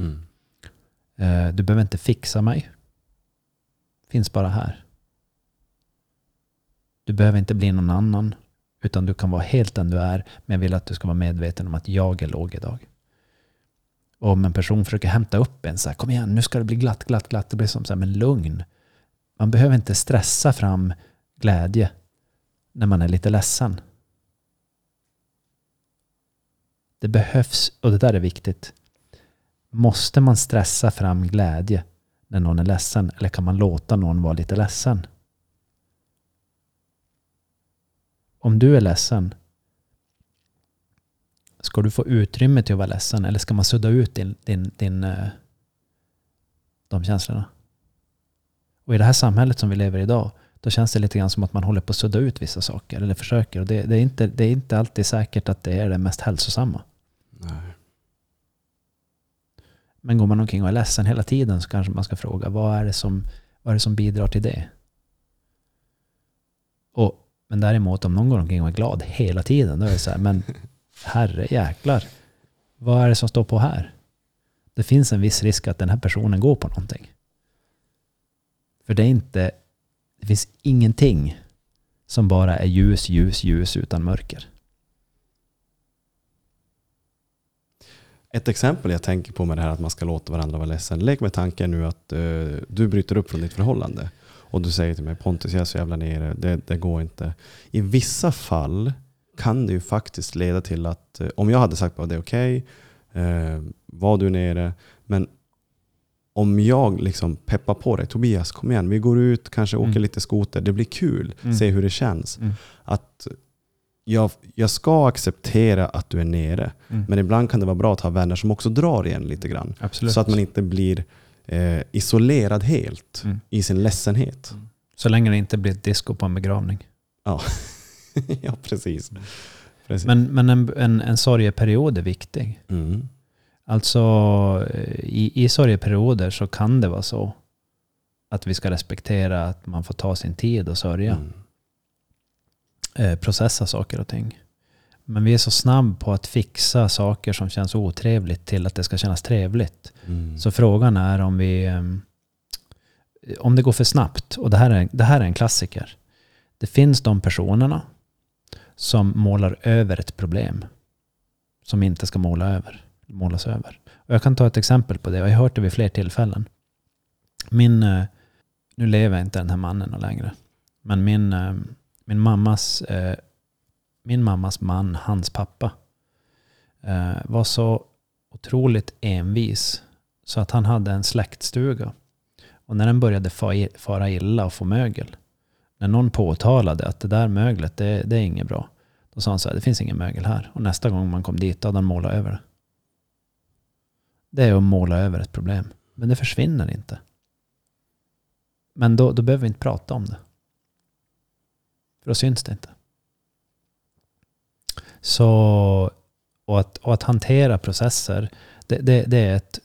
Du behöver inte fixa mig. Finns bara här. Du behöver inte bli någon annan, utan du kan vara helt den du är, men jag vill att du ska vara medveten om att jag är låg idag. Och om en person försöker hämta upp en så här, kom igen, nu ska det bli glatt. Det blir som så här, men lugn. Man behöver inte stressa fram glädje när man är lite ledsen. Det behövs, och det där är viktigt. Måste man stressa fram glädje när någon är ledsen, eller kan man låta någon vara lite ledsen? Om du är ledsen, ska du få utrymme till att vara ledsen, eller ska man sudda ut din de känslorna. Och i det här samhället som vi lever i idag, då känns det lite grann som att man håller på att sudda ut vissa saker eller försöker. Och det är inte alltid säkert att det är det mest hälsosamma. Nej. Men går man omkring och är ledsen hela tiden så kanske man ska fråga vad är det som bidrar till det? Men däremot om någon går omkring och är glad hela tiden, då är det så här, men herre jäklar, vad är det som står på här? Det finns en viss risk att den här personen går på någonting. För det finns ingenting som bara är ljus utan mörker. Ett exempel jag tänker på med det här att man ska låta varandra vara ledsen. Lägg med tanken nu att du bryter upp från ditt förhållande. Och du säger till mig, Pontus, jag är så jävla nere. Det går inte. I vissa fall kan det ju faktiskt leda till att om jag hade sagt att det är okej, var du nere. Men om jag liksom peppar på dig, Tobias, kom igen. Vi går ut, kanske åker lite skoter. Det blir kul. Se hur det känns. Att jag ska acceptera att du är nere. Men ibland kan det vara bra att ha vänner som också drar igen lite grann. Absolut. Så att man inte blir isolerad helt i sin ledsenhet. Så länge det inte blir ett disco på en begravning. Ja, ja precis. Men en sorgeperiod är viktig. Alltså i sorgeperioder så kan det vara så att vi ska respektera att man får ta sin tid och sörja. Processa saker och ting. Men vi är så snabb på att fixa saker som känns otrevligt till att det ska kännas trevligt. Så frågan är om det går för snabbt. Och det här är en klassiker. Det finns de personerna som målar över ett problem som inte ska målas över. Och jag kan ta ett exempel på det. Jag har hört det vid fler tillfällen. Nu lever inte den här mannen längre. Men min mammas man, hans pappa, var så otroligt envis så att han hade en släktstuga. Och när den började fara illa och få mögel, när någon påtalade att det där möglet, det är inget bra, då sa han så här, det finns ingen mögel här. Och nästa gång man kom dit, då hade han målat över det. Det är att måla över ett problem. Men det försvinner inte. Men då behöver vi inte prata om det. För då syns det inte. Så, och att hantera processer, det är ett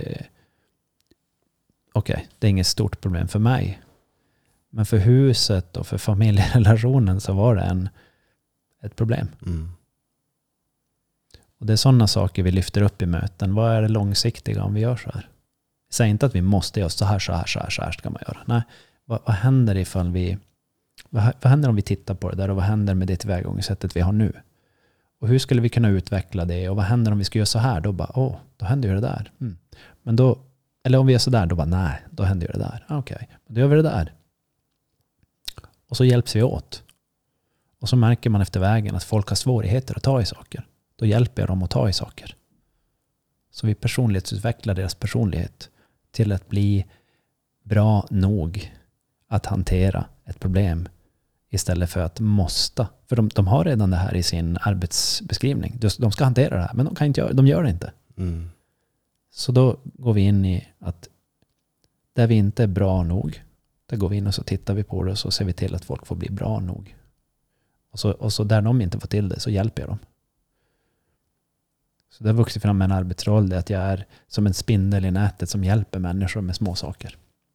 det är inget stort problem för mig. Men för huset och för familjerelationen så var det ett problem. Och det är sådana saker vi lyfter upp i möten. Vad är det långsiktiga om vi gör så här? Säg inte att vi måste göra så här ska man göra. Nej, vad händer ifall vad händer om vi tittar på det där och vad händer med det tillvägagångssättet vi har nu? Och hur skulle vi kunna utveckla det? Och vad händer om vi ska göra så här? Då då händer ju det där. Men eller om vi gör så där, nej, då händer ju det där. Okej, då gör vi det där. Och så hjälps vi åt. Och så märker man efter vägen att folk har svårigheter att ta i saker. Då hjälper jag dem att ta i saker. Så vi personlighetsutvecklar deras personlighet till att bli bra nog att hantera ett problem istället för att måste. För de har redan det här i sin arbetsbeskrivning. De ska hantera det här, men de gör det inte. Så då går vi in i att där vi inte är bra nog, där går vi in och så tittar vi på det och så ser vi till att folk får bli bra nog. Och så där de inte får till det så hjälper jag dem. Så det har vuxit fram en arbetsroll, det att jag är som en spindel i nätet som hjälper människor med små saker.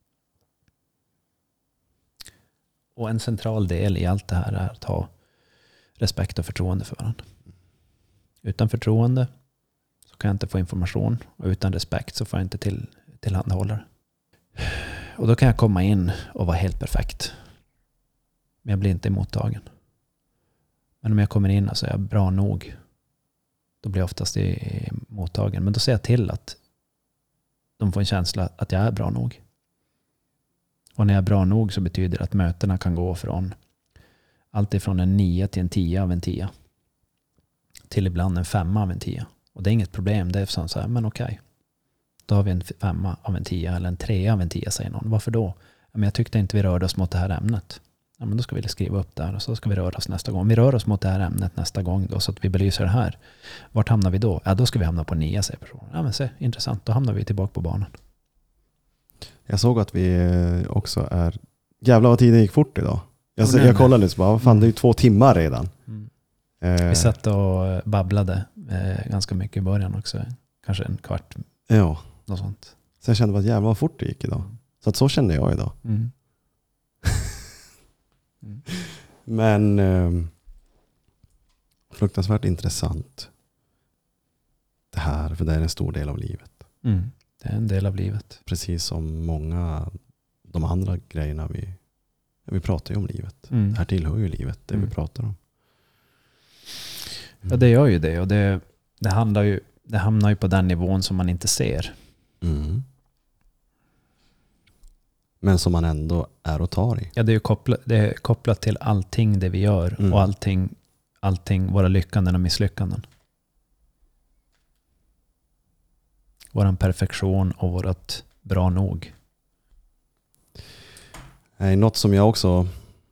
Och en central del i allt det här är att ha respekt och förtroende för varandra. Utan förtroende så kan jag inte få information. Och utan respekt så får jag inte tillhandahålla det. Och då kan jag komma in och vara helt perfekt. Men jag blir inte mottagen. Men om jag kommer in och så är jag bra nog, då blir jag oftast mottagen. Men då ser jag till att de får en känsla att jag är bra nog. Och när jag är bra nog så betyder det att mötena kan gå från allt ifrån en 9 till en 10 av en 10. Till ibland en 5 av en 10. Och det är inget problem. Det är så här, men okej. Då har vi en 5 av en 10 eller en 3 av en 10, säger någon. Varför då? Men jag tyckte inte vi rörde oss mot det här ämnet. Ja, men då ska vi skriva upp där och så ska vi röra oss nästa gång. Om vi rör oss mot det här ämnet nästa gång då, så att vi belyser det här. Vart hamnar vi då? Ja, då ska vi hamna på 9, säger personen. Ja, men se, intressant. Då hamnar vi tillbaka på banan. Jag såg att vi också är... Jävlar vad tiden gick fort idag. Jag kollade nyss bara, fan det är ju 2 timmar redan. Vi satt och babblade ganska mycket i början också. Kanske en kvart. Ja. Något sånt. Så jag kände bara jävlar vad fort det gick idag. Så att så kände jag idag. Men fruktansvärt intressant det här, för det är en stor del av livet. Det är en del av livet. Precis som många de andra grejerna vi pratar ju om livet. Det här tillhör ju livet, det vi pratar om. Ja, det gör ju det. Och det hamnar ju på den nivån som man inte ser. Men som man ändå är och tar i. Ja, det är kopplat till allting det vi gör. Och allting, våra lyckanden och misslyckanden. Våran perfektion och vårat bra nog. Något som jag också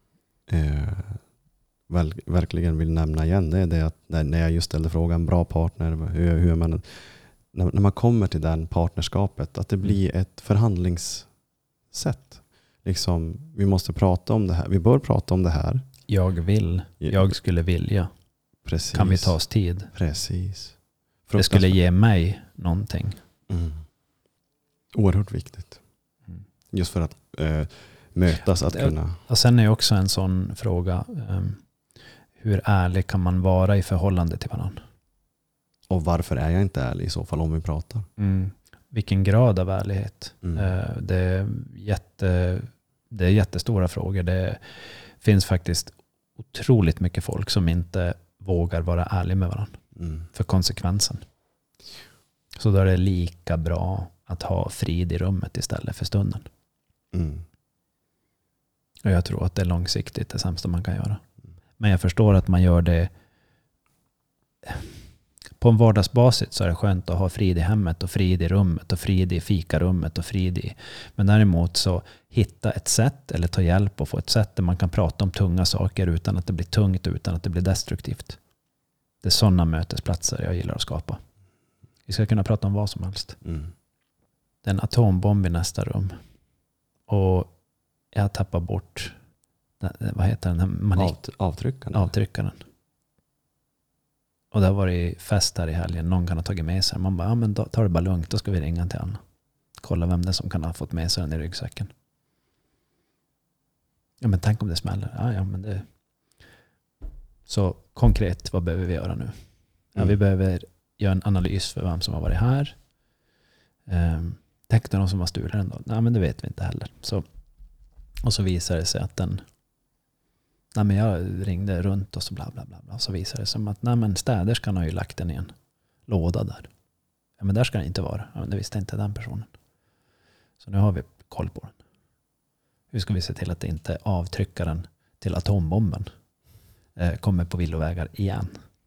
verkligen vill nämna igen, det är det att när jag just ställde frågan bra partner, hur man, när man kommer till den partnerskapet, att det blir ett förhandlingssätt. Liksom, vi måste prata om det här. Vi bör prata om det här. Jag skulle vilja. Precis. Kan vi ta oss tid? Precis. Det skulle ge mig någonting. Oerhört viktigt. Just för att mötas, att kunna... Och sen är också en sån fråga, hur ärlig kan man vara i förhållande till varandra? Och varför är jag inte ärlig i så fall om vi pratar? Vilken grad av ärlighet? Det är jättestora frågor. Det finns faktiskt otroligt mycket folk som inte vågar vara ärlig med varandra. För konsekvensen. Så då är det lika bra att ha frid i rummet istället för stunden. Och jag tror att det är långsiktigt det sämsta man kan göra. Men jag förstår att man gör det på en vardagsbasis, så är det skönt att ha frid i hemmet och frid i rummet och frid i fikarummet och frid i. Men däremot så hitta ett sätt eller ta hjälp och få ett sätt där man kan prata om tunga saker utan att det blir tungt, utan att det blir destruktivt. Det är sådana mötesplatser jag gillar att skapa. Vi ska kunna prata om vad som helst. Det är en atombomb i nästa rum. Och jag tappar bort, vad heter den? Avtryckaren. Och det har varit fest här i helgen. Någon kan ha tagit med sig. Man bara, ja men då tar det bara lugnt. Då ska vi ringa till Anna. Kolla vem det är som kan ha fått med sig den i ryggsäcken. Ja men tänk om det smäller. Ja men det... Så konkret, vad behöver vi göra nu? Ja, vi behöver göra en analys för vem som har varit här. Tänk någon som har stulit den då? Nej men det vet vi inte heller. Och så visar det sig att nej men jag ringde runt och så bla bla bla. Och så visar det sig att nej men städerskan har ju lagt den i en låda där. Ja men där ska den inte vara. Ja, men det visste inte den personen. Så nu har vi koll på den. Hur ska vi se till att det inte avtryckaren till atombomben kommer på villovägar igen?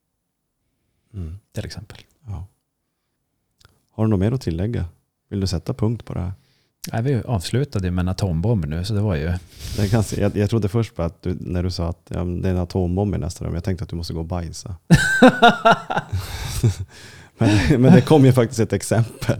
Till exempel. Ja. Har du något mer att tillägga? Vill du sätta punkt på det här? Nej, vi avslutade med en atombomb nu, så det var ju... Det är ganska, jag trodde först på att när du sa att det är en atombomb i nästa rum, jag tänkte att du måste gå och bajsa. men det kom ju faktiskt ett exempel.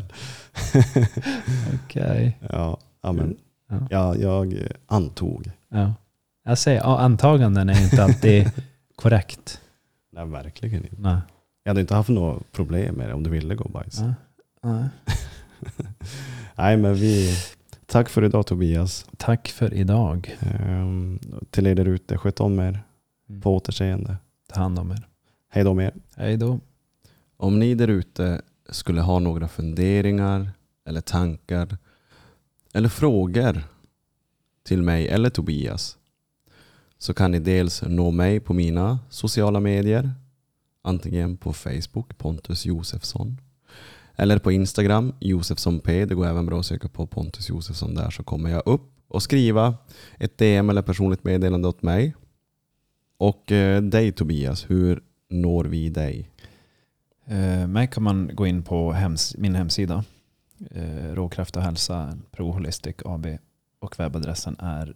Okej. Ja, men jag antog. Ja. Jag säger, antaganden är inte alltid korrekt. Nej, verkligen inte. Nej. Jag hade inte haft något problem med det om du ville gå och bajsa. Nej. Nej, men tack för idag Tobias. Tack för idag. Till er där ute, sköt om er. På återseende. Ta hand om er. Hej då med er. Hej då. Om ni där ute skulle ha några funderingar eller tankar eller frågor till mig eller Tobias, så kan ni dels nå mig på mina sociala medier, antingen på Facebook, Pontus Josefsson, eller på Instagram, Josefsson.p. Det går även bra att söka på Pontus Josefsson där, så kommer jag upp och skriva ett DM eller personligt meddelande åt mig. Och dig Tobias, hur når vi dig? Mig kan man gå in på min hemsida, Råkraft och hälsa, Pro Holistic AB, och webbadressen är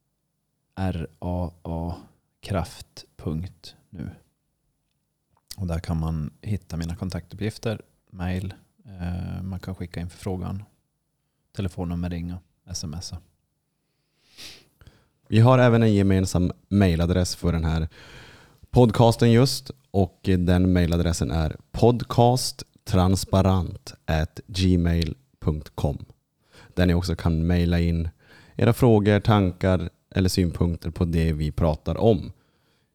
raakraft.nu. Och där kan man hitta mina kontaktuppgifter, mail, man kan skicka in förfrågan, telefonnummer, ringa. smsa. Vi har även en gemensam mailadress för den här podcasten just, och den mailadressen är podcasttransparent@gmail.com, där ni också kan mejla in era frågor, tankar eller synpunkter på det vi pratar om.